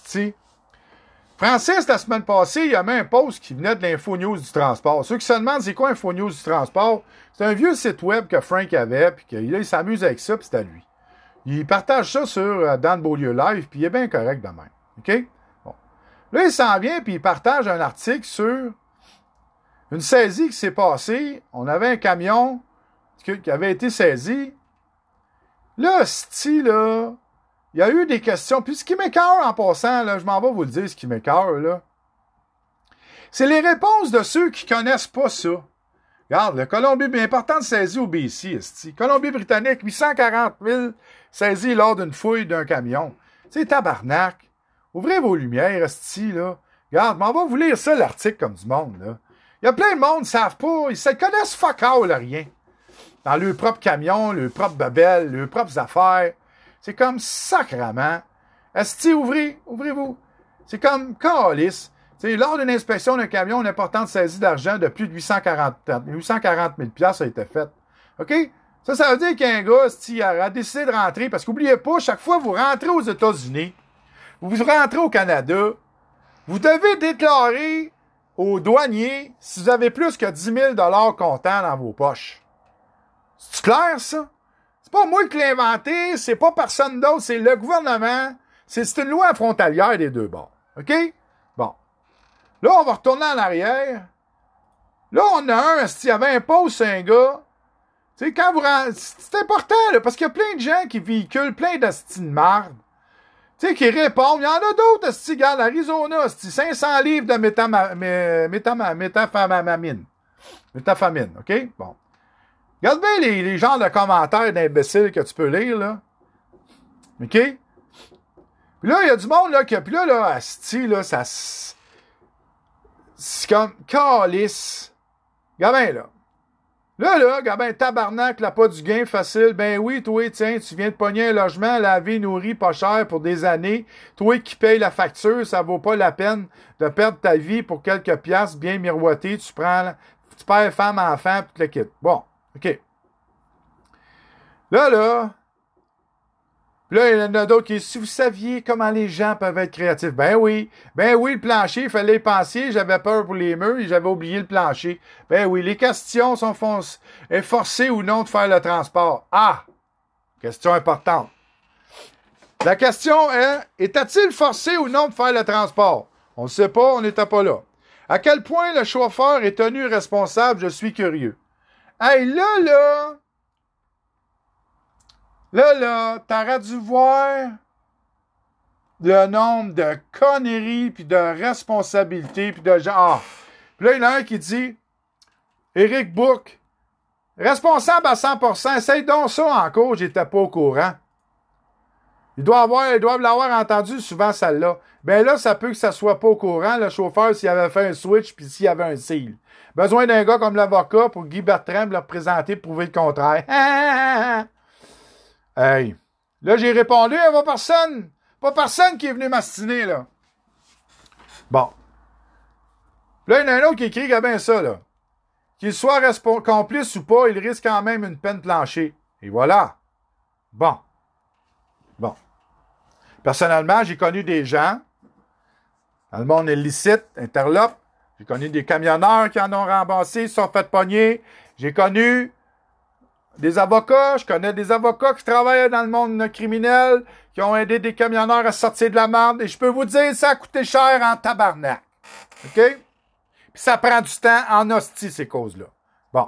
Francis, la semaine passée, il y avait un post qui venait de l'Info News du transport. Ceux qui se demandent c'est quoi Info News du transport, c'est un vieux site web que Frank avait, puis il s'amuse avec ça, puis c'est à lui. Il partage ça sur Dan Beaulieu Live, puis il est bien correct de même. OK? Bon. Là, il s'en vient, puis il partage un article sur une saisie qui s'est passée. On avait un camion qui avait été saisi. Là, là... Il y a eu des questions. Puis ce qui m'écoeure en passant, là, je m'en vais vous le dire, ce qui m'écoeure, là. C'est les réponses de ceux qui connaissent pas ça. Regarde, le Colombie, importante saisie au BC, esti. Colombie-Britannique, 840 000 saisies lors d'une fouille d'un camion. C'est tabarnak. Ouvrez vos lumières, esti, là. Regarde, m'en va vous lire ça, l'article, comme du monde, là. Il y a plein de monde qui ne savent pas, ils se connaissent fuck all, rien. Dans leur propre camion, leur propre babelle, leurs propres affaires. C'est comme sacrament. Esti, ouvrez-vous. C'est comme calice. Lors d'une inspection d'un camion, une importante saisie d'argent de plus de 840 000 $ a été faite. OK? Ça veut dire qu'un gars, esti, a décidé de rentrer, parce qu'oubliez pas, chaque fois que vous rentrez aux États-Unis, vous rentrez au Canada, vous devez déclarer aux douaniers si vous avez plus que 10 000 $ comptant dans vos poches. C'est clair, ça? C'est pas moi qui l'ai inventé, c'est pas personne d'autre, c'est le gouvernement. C'est une loi frontalière des deux bords. OK? Bon. Là, on va retourner en arrière. Là, on a il y avait un poste sur un gars. Tu sais, quand vous rentrez, c'est important, là, parce qu'il y a plein de gens qui véhiculent plein d'astis de marde. Tu sais, qui répondent. Il y en a d'autres, astis, regarde, Arizona, 500 livres de méthamphétamine. OK? Bon. Regarde bien les genres de commentaires d'imbéciles que tu peux lire, là. OK? Puis là, il y a du monde, là, puis là, asti, là, ça... C'est comme... Calice. Gabin, là. Là, Gabin, tabarnak, là, pas du gain facile. Ben oui, toi, tiens, tu viens de pogner un logement, lavé, nourri, pas cher pour des années. Toi qui payes la facture, ça vaut pas la peine de perdre ta vie pour quelques piastres bien miroitées. Tu perds femme, enfant, puis tu le quittes. Bon. OK. Là, il y en a d'autres qui disent, si vous saviez comment les gens peuvent être créatifs. Ben oui, le plancher, il fallait y penser, j'avais peur pour les murs et j'avais oublié le plancher. Ben oui, les questions sont forcées ou non de faire le transport. Ah! Question importante. La question est, était-il forcé ou non de faire le transport? On ne sait pas, on n'était pas là. À quel point le chauffeur est tenu responsable, je suis curieux. Hey, là, t'aurais dû voir le nombre de conneries, puis de responsabilités, puis de gens. Ah! Puis là, il y en a un qui dit, Éric Bourque, Responsable à 100%. Essaye donc ça encore, j'étais pas au courant. Ils doivent l'avoir entendu souvent, celle-là. Ben là, ça peut que ça soit pas au courant, le chauffeur, s'il avait fait un switch puis s'il y avait un seal. Besoin d'un gars comme l'avocat pour Guy Bertrand le représenter, prouver le contraire. Hey. Là, j'ai répondu, il n'y a personne. Pas personne qui est venu m'astiner, là. Bon. Là, il y en a un autre qui écrit, bien ça, là. Qu'il soit complice ou pas, il risque quand même une peine planchée. Et voilà. Bon. Personnellement, j'ai connu des gens, dans le monde illicite, interlope. J'ai connu des camionneurs qui en ont ramassé, se sont fait pogner. J'ai connu des avocats. Je connais des avocats qui travaillent dans le monde criminel, qui ont aidé des camionneurs à sortir de la merde. Et je peux vous dire, ça a coûté cher en tabarnak. OK? Puis ça prend du temps en hostie, ces causes-là. Bon.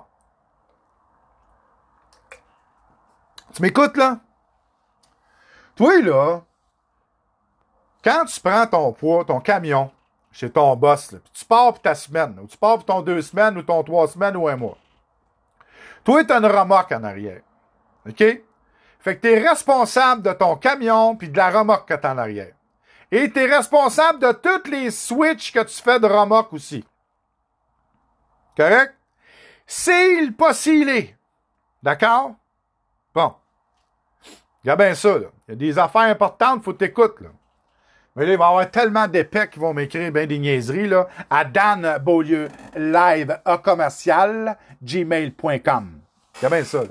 Tu m'écoutes, là? Toi, là, quand tu prends ton poids, ton camion, chez ton boss, là, puis tu pars pour ta semaine, ou tu pars pour ton 2 semaines, ou ton 3 semaines, ou un mois. Toi, tu as une remorque en arrière. OK? Fait que tu es responsable de ton camion puis de la remorque que tu as en arrière. Et tu es responsable de tous les switches que tu fais de remorque aussi. Correct? Seal, pas sealé. D'accord? Bon. Regarde bien ça, là. Il y a des affaires importantes, faut t'écouter, là. Mais là, il va y avoir tellement d'épais qui vont m'écrire bien des niaiseries, là, à Dan Beaulieu live à commercial gmail.com. C'est bien ça, là.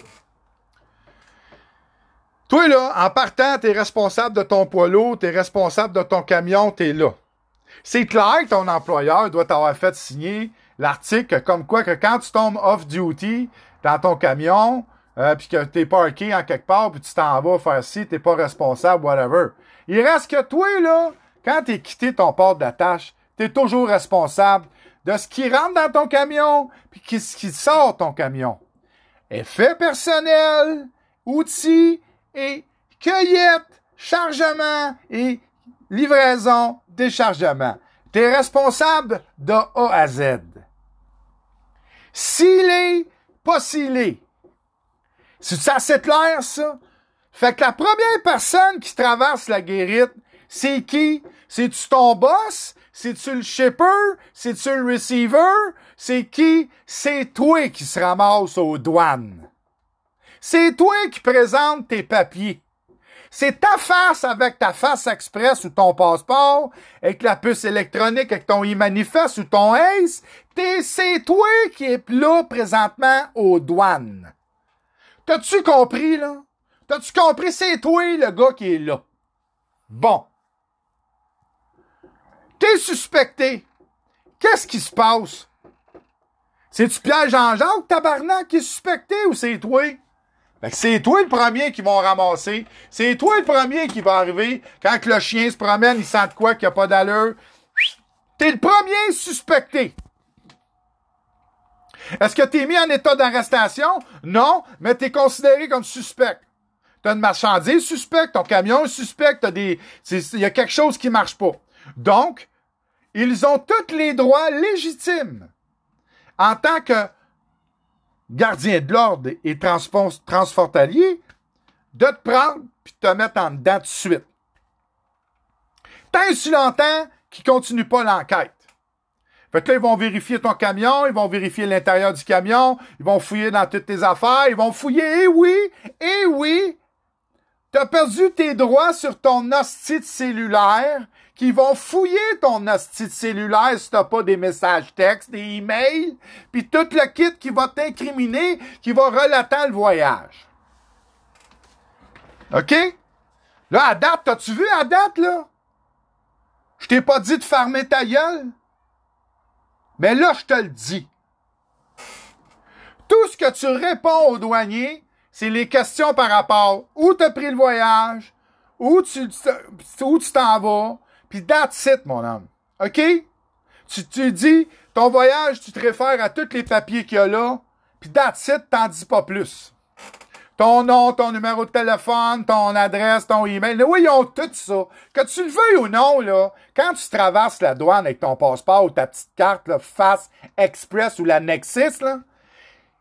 Toi, là, en partant, t'es responsable de ton poids lourd, t'es responsable de ton camion, t'es là. C'est clair que ton employeur doit t'avoir fait signer l'article comme quoi que quand tu tombes off-duty dans ton camion, puis que t'es parké en quelque part, puis tu t'en vas faire ci, t'es pas responsable, whatever. Il reste que toi, là, quand t'es quitté ton port d'attache, t'es toujours responsable de ce qui rentre dans ton camion, puis ce qui sort de ton camion. Effets personnels, outils et cueillette, chargement et livraison, déchargement. T'es responsable de A à Z. Scellé, pas scellé. C'est assez clair, ça? Fait que la première personne qui traverse la guérite, c'est qui? C'est-tu ton boss? C'est-tu le shipper? C'est-tu le receiver? C'est qui? C'est toi qui se ramasse aux douanes. C'est toi qui présente tes papiers. C'est ta face avec ta face express ou ton passeport, avec la puce électronique, avec ton e-manifeste ou ton ACE. C'est toi qui es là présentement aux douanes. T'as-tu compris, là? T'as-tu compris? C'est toi, le gars qui est là. Bon. T'es suspecté. Qu'est-ce qui se passe? C'est-tu Pierre Jean-Jacques, tabarnak, qui est suspecté ou c'est toi? Fait que c'est toi le premier qui vont ramasser. C'est toi le premier qui va arriver quand le chien se promène, il sent de quoi qu'il n'y a pas d'allure. T'es le premier suspecté. Est-ce que t'es mis en état d'arrestation? Non, mais t'es considéré comme suspect. T'as une marchandise suspecte, ton camion est suspect, il y a quelque chose qui marche pas. Donc, ils ont tous les droits légitimes en tant que gardien de l'ordre et transfrontalier de te prendre puis de te mettre en dedans tout de suite. Tant et si longtemps qu'ils ne continuent pas l'enquête. Fait que là, ils vont vérifier ton camion, ils vont vérifier l'intérieur du camion, ils vont fouiller dans toutes tes affaires, ils vont fouiller, eh oui, t'as perdu tes droits sur ton hostie de cellulaire, qui vont fouiller ton hostie de cellulaire si t'as pas des messages textes, des emails, puis tout le kit qui va t'incriminer, qui va relater le voyage. OK? Là, à date, t'as-tu vu à date, là? Je t'ai pas dit de fermer ta gueule? Mais là, je te le dis. Tout ce que tu réponds aux douaniers, c'est les questions par rapport où t'as pris le voyage, où tu t'en vas, puis that's it, mon homme. OK? Tu dis, ton voyage, tu te réfères à tous les papiers qu'il y a là, puis that's it, t'en dis pas plus. Ton nom, ton numéro de téléphone, ton adresse, ton email. Oui, ils ont tout ça. Que tu le veuilles ou non, là, quand tu traverses la douane avec ton passeport ou ta petite carte, là, Fast Express ou la Nexus, là,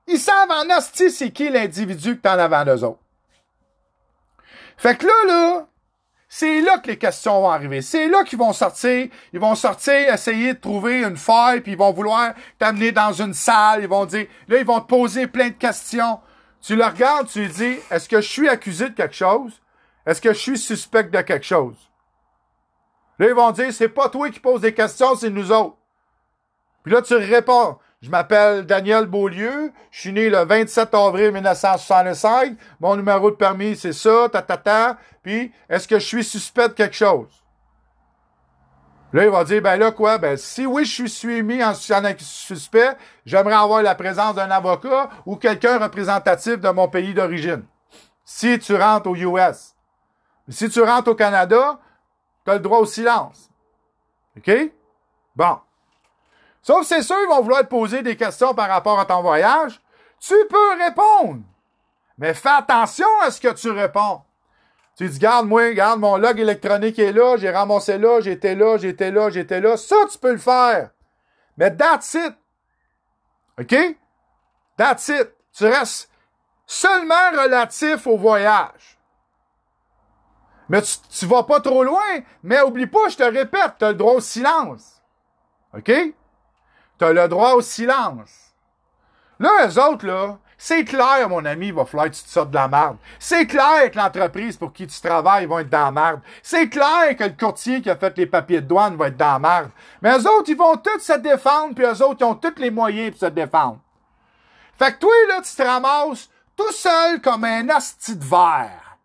Ils savent en hostie c'est qui l'individu qui est en avant d'eux autres. Fait que là, c'est là que les questions vont arriver. C'est là qu'ils vont sortir. Ils vont sortir, essayer de trouver une faille, puis ils vont vouloir t'amener dans une salle. Ils vont dire, là, ils vont te poser plein de questions. Tu le regardes, tu lui dis, est-ce que je suis accusé de quelque chose? Est-ce que je suis suspect de quelque chose? Là, ils vont dire, c'est pas toi qui poses des questions, c'est nous autres. Puis là, tu réponds. Je m'appelle Daniel Beaulieu, je suis né le 27 avril 1965, mon numéro de permis, c'est ça, puis est-ce que je suis suspect de quelque chose? Là, il va dire, ben là, quoi? Ben, si oui, je suis mis en suspect, j'aimerais avoir la présence d'un avocat ou quelqu'un représentatif de mon pays d'origine. Si tu rentres aux US. Si tu rentres au Canada, tu as le droit au silence. OK? Bon. Sauf c'est sûr, ils vont vouloir te poser des questions par rapport à ton voyage. Tu peux répondre. Mais fais attention à ce que tu réponds. Tu dis, garde, mon log électronique est là, j'ai ramassé là, j'étais là. Ça, tu peux le faire. Mais that's it. OK? That's it. Tu restes seulement relatif au voyage. Mais tu vas pas trop loin. Mais oublie pas, je te répète, tu as le droit au silence. OK? Tu as le droit au silence. Là, eux autres, là, c'est clair, mon ami, il va falloir que tu te sortes de la merde. C'est clair que l'entreprise pour qui tu travailles va être dans la merde. C'est clair que le courtier qui a fait les papiers de douane va être dans la merde. Mais eux autres, ils vont tous se défendre, puis eux autres, ils ont tous les moyens pour se défendre. Fait que toi, là, tu te ramasses tout seul comme un asti de verre.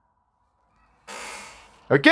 OK?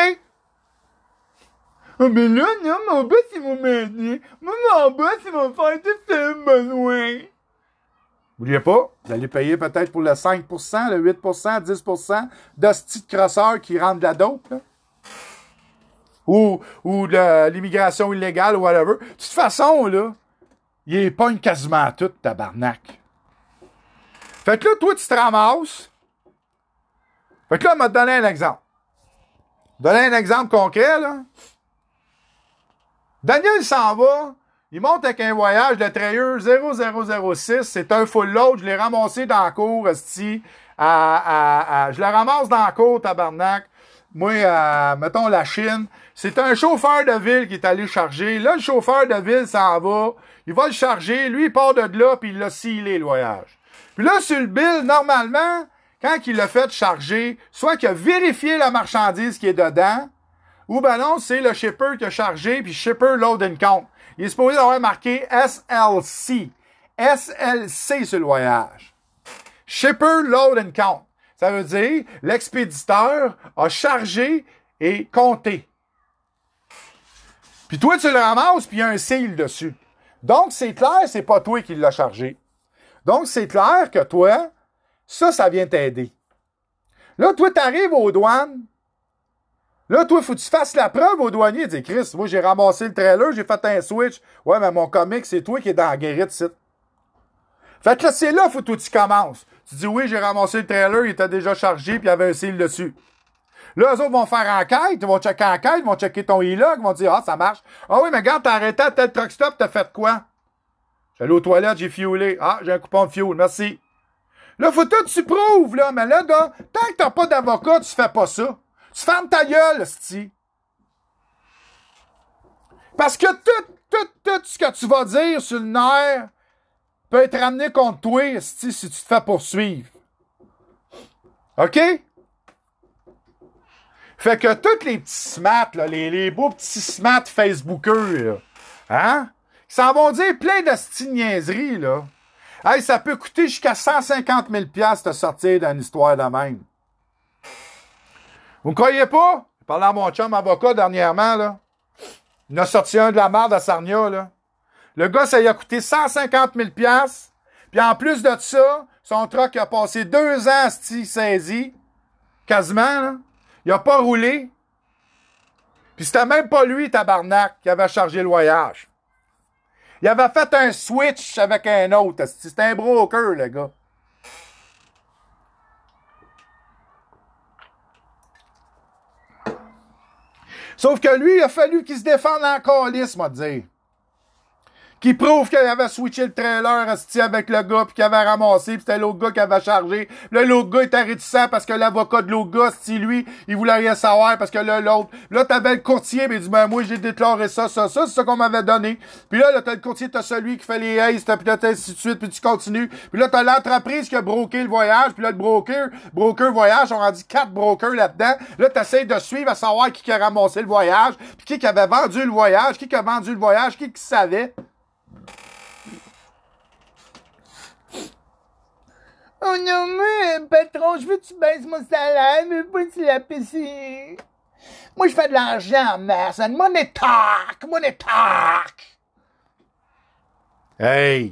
Oh, mais là, non, mon boss, il va m'aider. Moi, mon boss, il va faire tout ce que j'ai besoin. N'oubliez pas, vous allez payer peut-être pour le 5%, le 8%, 10% d'hosties de crosseurs qui rendent de la dope, là. Ou de l'immigration illégale, ou whatever. De toute façon, là, il épogne quasiment tout, tabarnak. Fait que là, toi, tu te ramasses. Fait que là, on m'a donné un exemple. Donner un exemple concret, là. Daniel s'en va, il monte avec un voyage de Trayer 0006, c'est un full load, je l'ai ramassé dans la cour, esti, je le ramasse dans la cour, tabarnak. Moi, mettons la Chine, c'est un chauffeur de ville qui est allé charger. Là, le chauffeur de ville s'en va, il va le charger, lui, il part de là, puis il l'a scellé, le voyage. Puis là, sur le bill, normalement, quand il l'a fait charger, soit qu'il a vérifié la marchandise qui est dedans, ou ben non, c'est le shipper qui a chargé, puis shipper load and count. Il est supposé avoir marqué SLC. SLC sur le voyage. Shipper load and count. Ça veut dire, l'expéditeur a chargé et compté. Puis toi, tu le ramasses, puis il y a un seal dessus. Donc, c'est clair, c'est pas toi qui l'as chargé. Donc, c'est clair que toi, ça vient t'aider. Là, toi, t'arrives aux douanes. Là, toi, faut que tu fasses la preuve au douanier. Dis, Chris, moi, j'ai ramassé le trailer, j'ai fait un switch. Ouais, mais mon comic, c'est toi qui es dans la guérite, c'est. Fait que là, c'est là, faut que tu commences. Tu dis, oui, j'ai ramassé le trailer, il était déjà chargé, puis il y avait un seal dessus. Là, eux autres vont faire enquête, ils vont checker enquête, ils vont checker ton e-log, ils vont dire, ah, ça marche. Ah oui, mais regarde, t'as arrêté à tel truck stop, t'as fait quoi? J'allais aux toilettes, j'ai fuelé. Ah, j'ai un coupon de fuel, merci. Là, faut tout que tu prouves, là. Mais là, tant que t'as pas d'avocat, tu fais pas ça. Tu fermes ta gueule, esti. Parce que tout ce que tu vas dire sur le nerf peut être ramené contre toi, esti, si tu te fais poursuivre. OK? Fait que tous les petits smats, là, les beaux petits smats Facebookers, là, hein? Ils s'en vont dire plein de niaiseries, là. Hey, ça peut coûter jusqu'à 150 000 $ de sortir d'une histoire de même. Vous me croyez pas? J'ai parlé à mon chum avocat dernièrement, là. Il a sorti un de la merde à Sarnia, là. Le gars, ça lui a coûté 150 000 $. Puis en plus de ça, son truck a passé 2 ans saisi. Quasiment, là. Il a pas roulé. Puis c'était même pas lui, tabarnak, qui avait chargé le voyage. Il avait fait un switch avec un autre. C'était un broker, le gars. Sauf que lui, il a fallu qu'il se défende en calice, m'a dit. qui prouve qu'il avait switché le trailer avec le gars, puis qu'il avait ramassé, puis c'était l'autre gars qui avait chargé. Là, l'autre gars était réticent parce que l'avocat de l'autre gars, lui, il voulait rien savoir parce que là, l'autre... Là, t'avais le courtier, mais il dit, ben moi, j'ai déclaré ça, c'est ça qu'on m'avait donné. Puis là, t'as le courtier, t'as celui qui fait les haces, puis là, t'as ainsi de suite, puis tu continues. Puis là, t'as l'entreprise qui a broké le voyage, puis là, le broker voyage, on a dit 4 brokers là-dedans. Là, t'essayes de suivre à savoir qui a ramassé le voyage, puis qui avait vendu le voyage, qui a vendu le voyage, qui savait. Oh non, mais, patron, je veux que tu baisses mon salaire, mais pas tu la PC. Moi, je fais de l'argent en masse. Money talk. Hey!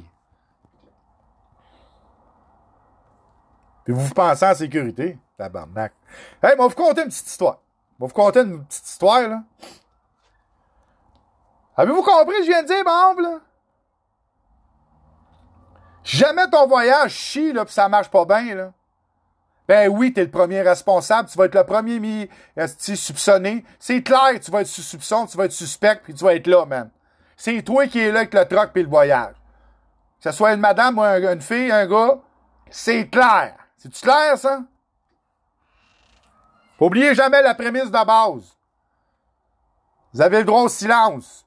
Puis vous pensez en sécurité? Tabarnak. Hey, on va vous conter une petite histoire. Là. Avez-vous compris ce que je viens de dire, bon, là? Jamais ton voyage chie, là, pis ça marche pas bien, là. Ben oui, t'es le premier responsable, tu vas être le premier soupçonné. C'est clair, tu vas être sous soupçon, tu vas être suspect, puis tu vas être là, man. C'est toi qui es là avec le truck pis le voyage. Que ce soit une madame ou une fille, un gars, c'est clair. C'est-tu clair, ça? Faut oublier jamais la prémisse de base. Vous avez le droit au silence.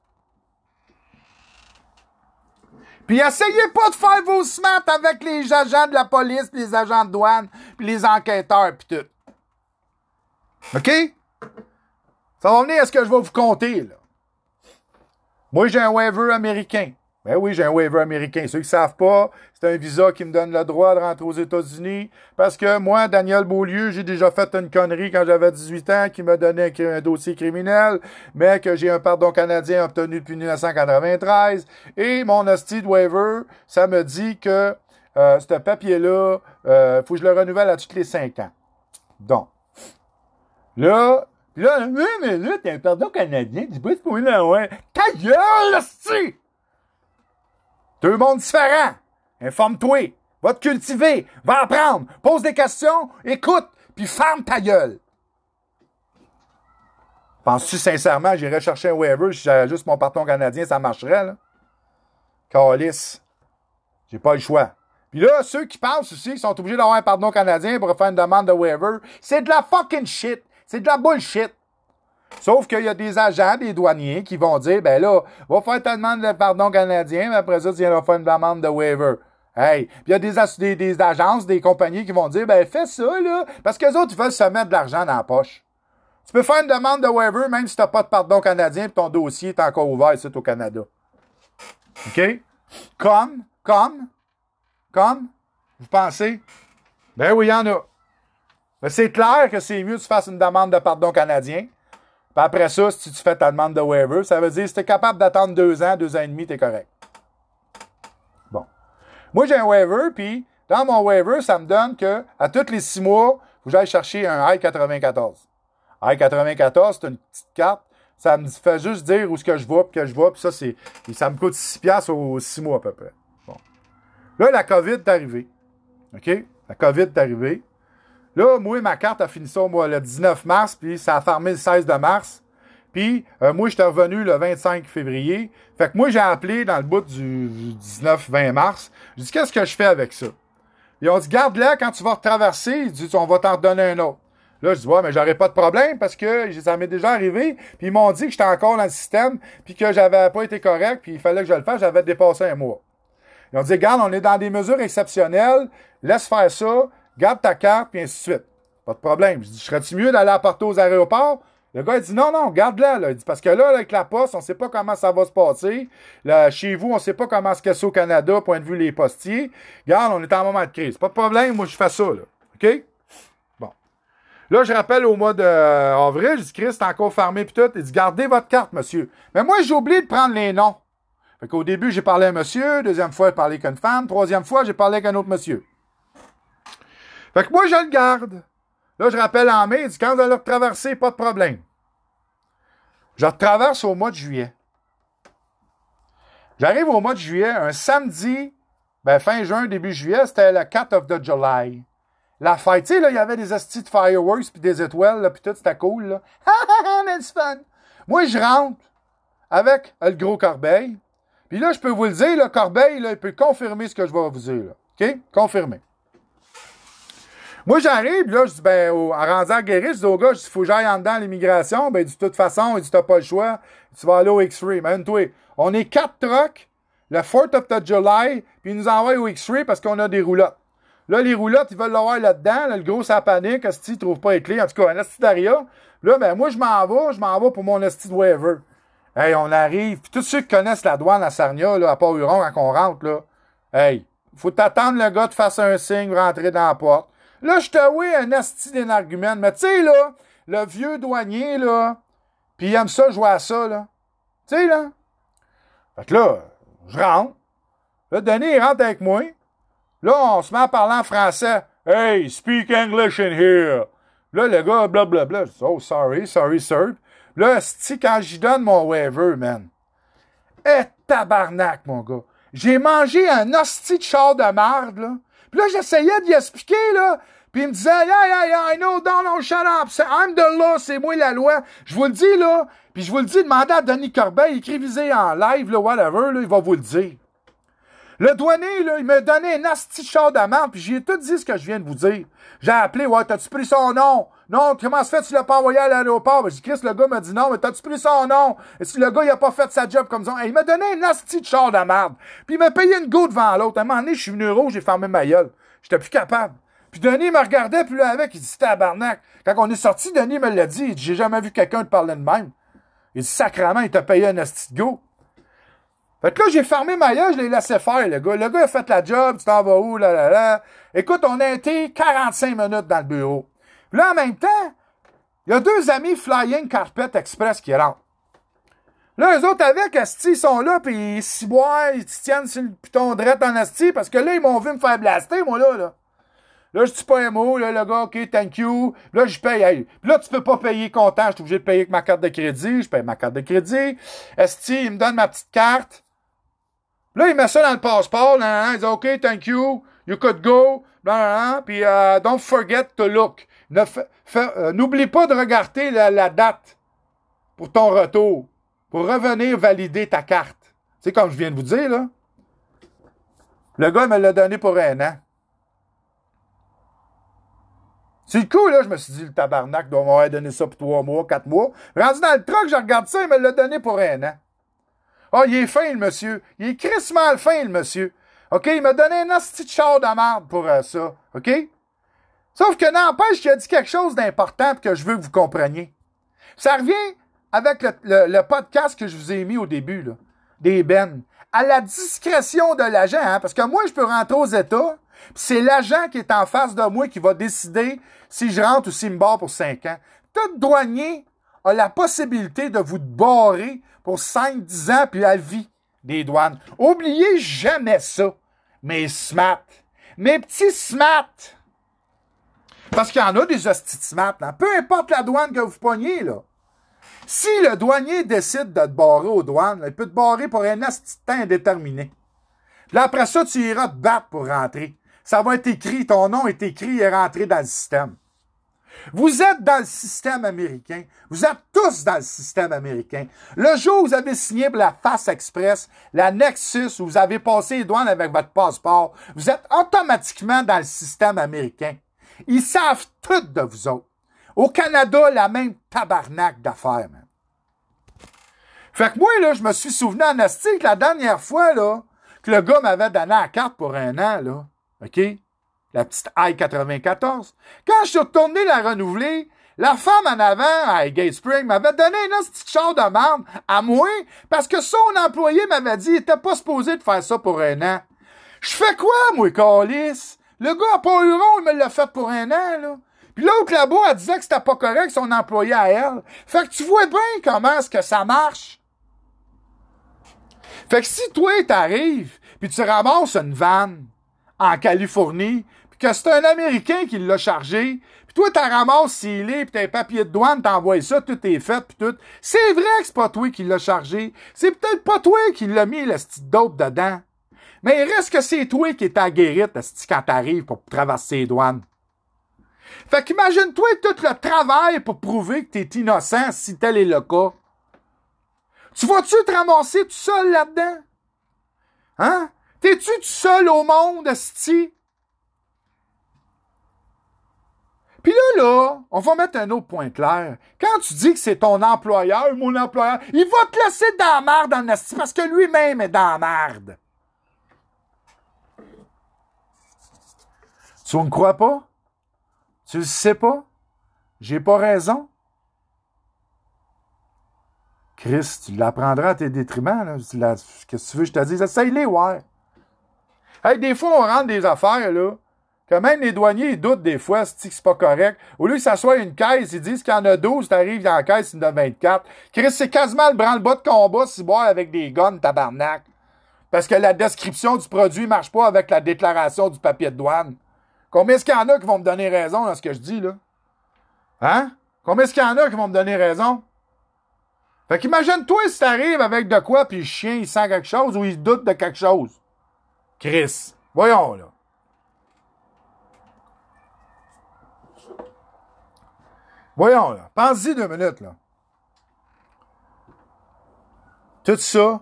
Puis essayez pas de faire vos smats avec les agents de la police, pis les agents de douane, puis les enquêteurs, pis tout. OK? Ça va venir à ce que je vais vous compter, là. Moi, j'ai un waiver américain. Ben oui, j'ai un waiver américain. Ceux qui savent pas, c'est un visa qui me donne le droit de rentrer aux États-Unis. Parce que moi, Daniel Beaulieu, j'ai déjà fait une connerie quand j'avais 18 ans qui me donnait un dossier criminel, mais que j'ai un pardon canadien obtenu depuis 1993. Et mon hostie de waiver, ça me dit que ce papier-là, faut que je le renouvelle à tous les 5 ans. Donc, là, oui, mais là, t'as un pardon canadien, tu peux te là, ouais. Ta gueule, hostie! Deux mondes différents. Informe-toi. Va te cultiver. Va apprendre. Pose des questions. Écoute. Puis ferme ta gueule. Penses-tu sincèrement que j'irais chercher un waiver si j'avais juste mon pardon canadien, ça marcherait, là? Calice. J'ai pas le choix. Puis là, ceux qui pensent aussi qu'ils sont obligés d'avoir un pardon canadien pour faire une demande de waiver, c'est de la fucking shit. C'est de la bullshit. Sauf qu'il y a des agents, des douaniers qui vont dire, ben là, va faire ta demande de pardon canadien, mais après ça, tu viens de faire une demande de waiver. Hey, puis il y a des agences, des compagnies qui vont dire, ben fais ça, là, parce que les autres, ils veulent se mettre de l'argent dans la poche. Tu peux faire une demande de waiver même si tu n'as pas de pardon canadien et ton dossier est encore ouvert ici au Canada. OK? Comme, vous pensez? Ben oui, il y en a. Mais c'est clair que c'est mieux que tu fasses une demande de pardon canadien. Puis après ça, si tu fais ta demande de waiver, ça veut dire que si tu es capable d'attendre 2 ans, 2 ans et demi, tu es correct. Bon. Moi, j'ai un waiver, puis dans mon waiver, ça me donne que à tous les 6 mois, il faut que j'aille chercher un I-94. I-94, c'est une petite carte. Ça me fait juste dire où est-ce que je vais, puis ça, ça me coûte 6$ aux 6 mois à peu près. Bon. Là, la COVID est arrivée. OK? La COVID est arrivée. Là, moi, ma carte a fini ça le 19 mars, puis ça a fermé le 16 de mars. Puis, moi, j'étais revenu le 25 février. Fait que moi, j'ai appelé dans le bout du 19-20 mars. J'ai dit, qu'est-ce que je fais avec ça? Ils ont dit, garde-la quand tu vas retraverser. Ils disent, on va t'en redonner un autre. Là, je dis, ouais, mais j'aurais pas de problème parce que ça m'est déjà arrivé. Puis, ils m'ont dit que j'étais encore dans le système, puis que j'avais pas été correct, puis il fallait que je le fasse. J'avais dépassé 1 mois. Ils ont dit, regarde, on est dans des mesures exceptionnelles. Laisse faire ça. Garde ta carte, puis ainsi de suite. Pas de problème. Je dis, serais-tu mieux d'aller la porter aux aéroports? Le gars, il dit, non, garde-la. Là. Il dit, parce que là, avec la poste, on sait pas comment ça va se passer. Là, chez vous, on sait pas comment se casser au Canada, point de vue les postiers. Regarde, on est en moment de crise. Pas de problème, moi, je fais ça, là. OK? Bon. Là, je rappelle au mois d'avril, je dis, Chris, c'est encore fermé, puis tout. Il dit, gardez votre carte, monsieur. Mais moi, j'ai oublié de prendre les noms. Fait qu'au début, j'ai parlé à un monsieur. Deuxième fois, j'ai parlé avec une femme. Troisième fois, j'ai parlé avec un autre monsieur. Fait que moi, je le garde. Là, je rappelle en mai, il dit, quand vous allez retraverser, pas de problème. Je retraverse au mois de juillet. J'arrive au mois de juillet, un samedi, fin juin, début juillet, c'était le 4th of the July. La fête, tu sais, là, il y avait des hosties de fireworks puis des étoiles, là, puis tout, c'était cool, là. Ha, ha, ha, c'est fun. Moi, je rentre avec le gros corbeil. Puis là, je peux vous le dire, là, Corbeil, là, il peut confirmer ce que je vais vous dire, là. OK? Confirmer. Moi, j'arrive, là, je dis, ben, en rendant à Guéry, je dis au gars, je dis, faut que j'aille en dedans à l'immigration. Ben, il dit, de toute façon, il dit, t'as pas le choix. Tu vas aller au X-Ray. Imagine-toi, on est 4 trucks, le 4th of the July, puis ils nous envoient au X-Ray parce qu'on a des roulottes. Là, les roulottes, ils veulent l'avoir là-dedans. Là, le gros, ça panique. Asti, ils trouvent pas les clés. En tout cas, un asti d'aria. Là, ben, moi, je m'en vais pour mon asti de waiver. Hey, on arrive. Puis tous ceux qui connaissent la douane à Sarnia, là, à Port-Huron, quand on rentre, là, hey, faut t'attendre le gars te fasse un signe, rentrer dans la porte. Là, je te oui un asti d'un argument. Mais tu sais, là, le vieux douanier, là, pis il aime ça jouer à ça, là. Tu sais, là. Fait que là, je rentre. Là, Denis, il rentre avec moi. Là, on se met à parler en français. Hey, speak English in here. Là, le gars, blablabla. Je dis, oh, sorry, sir. Là, asti, quand j'y donne mon waiver, man. Tabarnak, mon gars. J'ai mangé un hostie de char de marde, là. Puis là, j'essayais d'y expliquer, là. Puis il me disait, yeah, I know, don't shut up. I'm the law, c'est moi la loi. Je vous le dis, là. Puis je vous le dis, demandez à Denis Corbeil, écrivez en live, là, whatever, là, il va vous le dire. Le douanier, là, il m'a donné un asti de char de marde, puis j'ai tout dit ce que je viens de vous dire. J'ai appelé, ouais, t'as-tu pris son nom? Non, comment se fait, tu l'as pas envoyé à l'aéroport? Ben, j'ai dit, Chris, le gars m'a dit non, mais t'as-tu pris son nom? Et si le gars, il a pas fait sa job comme ça, il m'a donné un asti de char de marde. Puis il m'a payé une go devant l'autre. À un moment donné, je suis venu rouge, j'ai fermé ma gueule. J'étais plus capable. Puis Denis me regardait, puis là, avec, il dit, tabarnak. Quand on est sorti, Denis me l'a dit, il dit, j'ai jamais vu quelqu'un te parler de même. Il dit, sacrément, il t'a payé un asti de go. Fait que là, j'ai fermé ma gueule, je l'ai laissé faire, le gars. Le gars a fait la job, tu t'en vas où, là. Écoute, on a été 45 minutes dans le bureau. Puis là, en même temps, il y a 2 amis Flying Carpet Express qui rentrent. Là, eux autres, avec asti, ils sont là, puis ils s'y boivent, ils se tiennent sur le piton drette en asti, parce que là, ils m'ont vu me faire blaster, moi, là. Là, je dis pas un mot, là, le gars, OK, thank you. Là, je paye. Hey. Puis là, tu peux pas payer comptant, je suis obligé de payer avec ma carte de crédit. Je paye ma carte de crédit. Esti, il me donne ma petite carte. Là, il met ça dans le passeport. Il dit, OK, thank you. You could go. Puis, don't forget to look. N'oublie pas de regarder la date pour ton retour. Pour revenir valider ta carte. Tu sais, comme je viens de vous dire, là. Le gars me l'a donné pour 1 an. C'est le coup, là, je me suis dit, le tabarnak doit m'avoir donné ça pour 3 mois, 4 mois. Rendu dans le truck, je regarde ça, il me l'a donné pour 1 an. Ah, il est fin, le monsieur. Il est crissement fin, le monsieur. OK, il m'a donné un asti de char de merde pour ça. OK? Sauf que n'empêche qu'il a dit quelque chose d'important et que je veux que vous compreniez. Ça revient avec le podcast que je vous ai mis au début, là, des bennes. À la discrétion de l'agent, hein, parce que moi, je peux rentrer aux États, puis c'est l'agent qui est en face de moi qui va décider si je rentre ou s'il me barre pour 5 ans. Tout douanier a la possibilité de vous barrer pour 5, 10 ans, puis à vie des douanes. Oubliez jamais ça, mes smart. Mes petits smart. Parce qu'il y en a des hosties de smart, là. Peu importe la douane que vous pognez, là. Si le douanier décide de te barrer aux douanes, il peut te barrer pour un asti de temps indéterminé. Puis là, après ça, tu iras te battre pour rentrer. Ça va être écrit, ton nom est écrit et rentré dans le système. Vous êtes dans le système américain. Vous êtes tous dans le système américain. Le jour où vous avez signé pour la Fast Express, la Nexus, où vous avez passé les douanes avec votre passeport, vous êtes automatiquement dans le système américain. Ils savent tout de vous autres. Au Canada, la même tabarnak d'affaires, man. Fait que moi, là, je me suis souvenu en asti que la dernière fois, là, que le gars m'avait donné la carte pour 1 an, là, OK? La petite I-94. Quand je suis retourné la renouveler, la femme en avant, à Gate Spring, m'avait donné un petit char de merde à moi, parce que son employé m'avait dit, il était pas supposé de faire ça pour 1 an. Je fais quoi, moi, câlisse? Le gars à Port-Huron, il me l'a fait pour 1 an, là. Puis l'autre là-bas, elle disait que c'était pas correct, son employé à elle. Fait que tu vois bien comment est-ce que ça marche. Fait que si toi, t'arrives, puis tu ramasses une vanne en Californie, puis que c'est un Américain qui l'a chargé, puis toi, t'as ramassé s'il est, puis t'as un papier de douane, t'envoies ça, tout est fait, puis tout. C'est vrai que c'est pas toi qui l'a chargé. C'est peut-être pas toi qui l'a mis, la petite dope dedans. Mais il reste que c'est toi qui es à guérite, quand t'arrives pour traverser les douanes. Fait qu'imagine-toi tout le travail pour prouver que t'es innocent si tel est le cas. Tu vas-tu te ramasser tout seul là-dedans? Hein? T'es-tu tout seul au monde, asti? Puis là, on va mettre un autre point clair. Quand tu dis que c'est ton employeur, mon employeur, il va te laisser dans la merde en asti parce que lui-même est dans la merde. Tu ne me crois pas? Tu le sais pas? J'ai pas raison? Christ, tu l'apprendras à tes détriments, là. Qu'est-ce que tu veux que je te dise? Essaye-les, ouais. Hey, des fois, on rentre des affaires, là, que même les douaniers, ils doutent des fois, c'est pas correct. Au lieu que ça soit une caisse, ils disent qu'il y en a 12, t'arrives dans la caisse, il y en a 24. Chris, c'est quasiment le branle-bas de combat, si boire avec des guns, tabarnak. Parce que la description du produit marche pas avec la déclaration du papier de douane. Combien est-ce qu'il y en a qui vont me donner raison dans ce que je dis, là? Hein? Combien est-ce qu'il y en a qui vont me donner raison? Fait qu'imagine-toi si t'arrives avec de quoi, puis le chien, il sent quelque chose ou il doute de quelque chose. Chris, voyons, là. Voyons, là. Pense-y 2 minutes, là. Tout ça,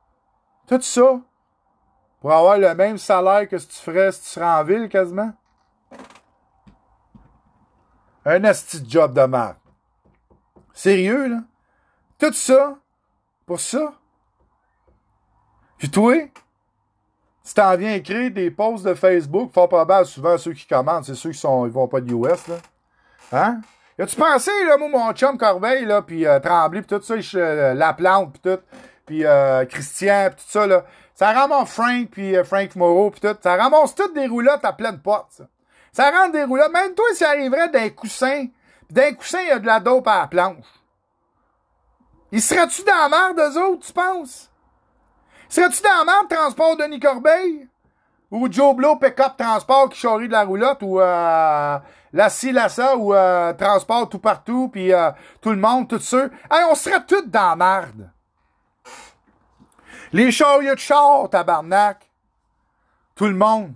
pour avoir le même salaire que si tu ferais si tu serais en ville, quasiment. Un asti de job de merde. Sérieux, là? Tout ça, pour ça. Puis toi, tu t'en viens écrire des posts de Facebook, fort probable, souvent ceux qui commandent, c'est ceux qui ils vont pas de US, là. Hein? As-tu pensé, là, moi, mon chum Corbeil, là, puis Tremblay, puis tout ça, Laplante, puis tout, puis Christian, puis tout ça, là, ça ramasse Frank, puis Frank Moreau, puis tout, ça ramasse toutes des roulottes à pleine porte, ça. Ça rentre des roulottes, même toi, ça arriverait d'un coussin, puis d'un coussin, il y a de la dope à la planche. Ils seraient-tu dans la merde, eux autres, tu penses? Serais-tu dans la merde, transport de Denis Corbeil? Ou Joe Blow, pick-up transport qui charrie de la roulotte? Ou Lassa ou transport tout partout, puis tout le monde, tout ça. Hey, on serait tous dans la merde. Les chariots de char, tabarnak. Tout le monde.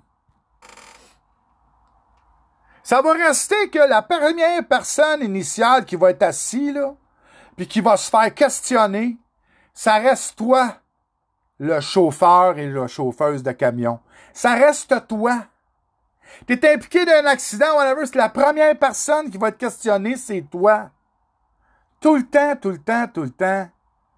Ça va rester que la première personne initiale qui va être assise, là, puis qui va se faire questionner, ça reste toi, le chauffeur et la chauffeuse de camion. Ça reste toi. T'es impliqué d'un accident, whatever, c'est la première personne qui va être questionnée, c'est toi. Tout le temps, tout le temps, tout le temps.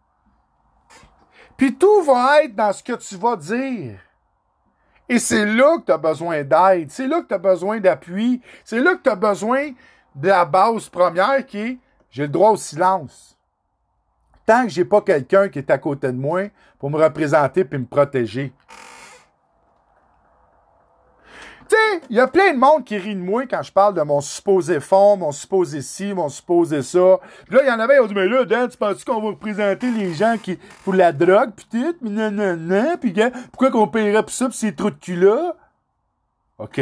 Puis tout va être dans ce que tu vas dire. Et c'est là que tu as besoin d'aide. C'est là que tu as besoin d'appui. C'est là que tu as besoin de la base première qui est j'ai le droit au silence. Tant que j'ai pas quelqu'un qui est à côté de moi pour me représenter puis me protéger. Tu sais, il y a plein de monde qui rit de moi quand je parle de mon supposé fond, mon supposé ci, mon supposé ça. Puis là, il y en avait, ils ont dit, mais là, Dan, tu penses qu'on va représenter les gens qui pour la drogue, pis tout, pis nanana, pis pourquoi qu'on paierait pour ça, pis ces trous de cul-là? OK.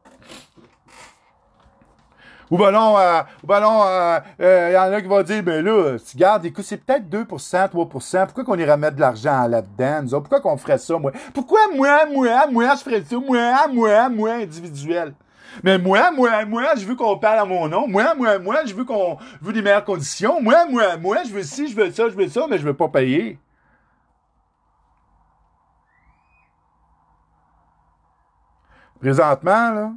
Ou ben non, y en a qui vont dire, ben là, tu gardes, écoute, c'est peut-être 2%, 3%, pourquoi qu'on irait mettre de l'argent là-dedans, nous autres? Pourquoi qu'on ferait ça, moi? Pourquoi moi, je ferais ça, moi, individuel? Mais moi, je veux qu'on parle à mon nom, moi, je veux qu'on veut des meilleures conditions, moi, je veux ci, je veux ça, mais je veux pas payer. Présentement,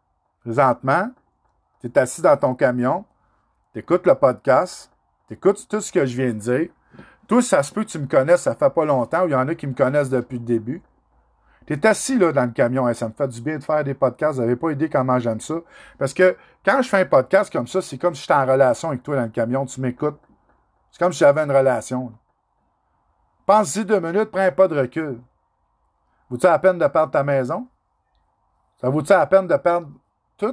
t'es assis dans ton camion, t'écoutes le podcast, t'écoutes tout ce que je viens de dire. Tous, ça se peut que tu me connaisses, ça fait pas longtemps, ou il y en a qui me connaissent depuis le début. T'es assis là dans le camion, ça me fait du bien de faire des podcasts, vous n'avez pas idée comment j'aime ça. Parce que quand je fais un podcast comme ça, c'est comme si j'étais en relation avec toi dans le camion, tu m'écoutes. C'est comme si j'avais une relation. Pense-y 2 minutes, prends un pas de recul. Vaut-tu la peine de perdre ta maison? Ça vaut-tu la peine de perdre tout?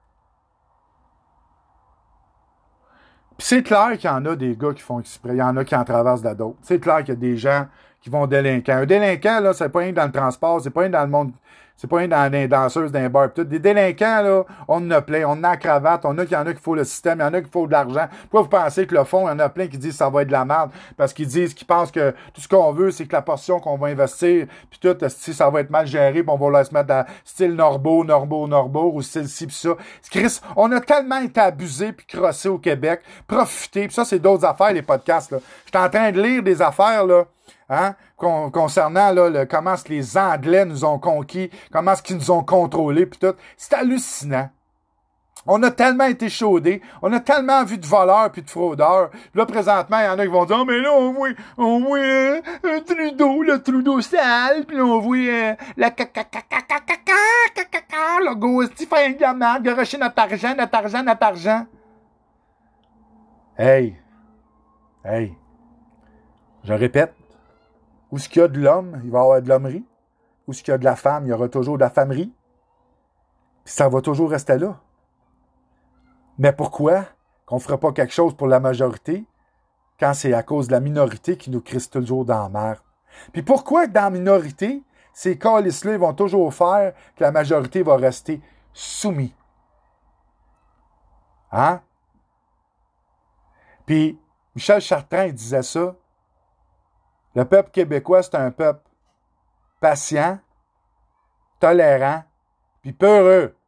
Puis c'est clair qu'il y en a des gars qui font exprès, il y en a qui en traversent de la dope. C'est clair qu'il y a des gens qui vont délinquer. Un délinquant, là, c'est pas rien dans le transport, c'est pas rien dans le monde. C'est pas rien dans les danseuses, dans les bars. Pis tout. Des délinquants, là, on en a plein. On en a la cravate. On a qu'il y en a qui faut le système. Il y en a qui faut de l'argent. Pourquoi vous pensez que le fond, il y en a plein qui disent que ça va être de la merde? Parce qu'ils pensent que tout ce qu'on veut, c'est que la portion qu'on va investir, puis tout, si ça va être mal géré, puis on va se mettre dans style Norbo, ou style ci pis ça. Chris, on a tellement été abusés puis crossés au Québec. Profitez. Puis ça, c'est d'autres affaires, les podcasts, là. Je suis en train de lire des affaires, là. Hein? Concernant là, comment est-ce que les Anglais nous ont conquis, comment est-ce qu'ils nous ont contrôlés, puis tout. C'est hallucinant. On a tellement été chaudés, on a tellement vu de voleurs puis de fraudeurs. Puis là, présentement, il y en a qui vont dire, oh, mais là, on voit Trudeau, le Trudeau sale, puis là, on voit la le ghosti faire une gamin, garocher notre argent. Hey, je répète, où est-ce qu'il y a de l'homme, il va y avoir de l'hommerie. Où est-ce qu'il y a de la femme, il y aura toujours de la femmerie. Puis ça va toujours rester là. Mais pourquoi qu'on ne ferait pas quelque chose pour la majorité quand c'est à cause de la minorité qui nous crisse toujours dans la merde? Puis pourquoi que dans la minorité, ces calices-là vont toujours faire que la majorité va rester soumise? Hein? Puis Michel Chartrand, il disait ça. Le peuple québécois, c'est un peuple patient, tolérant, puis peureux.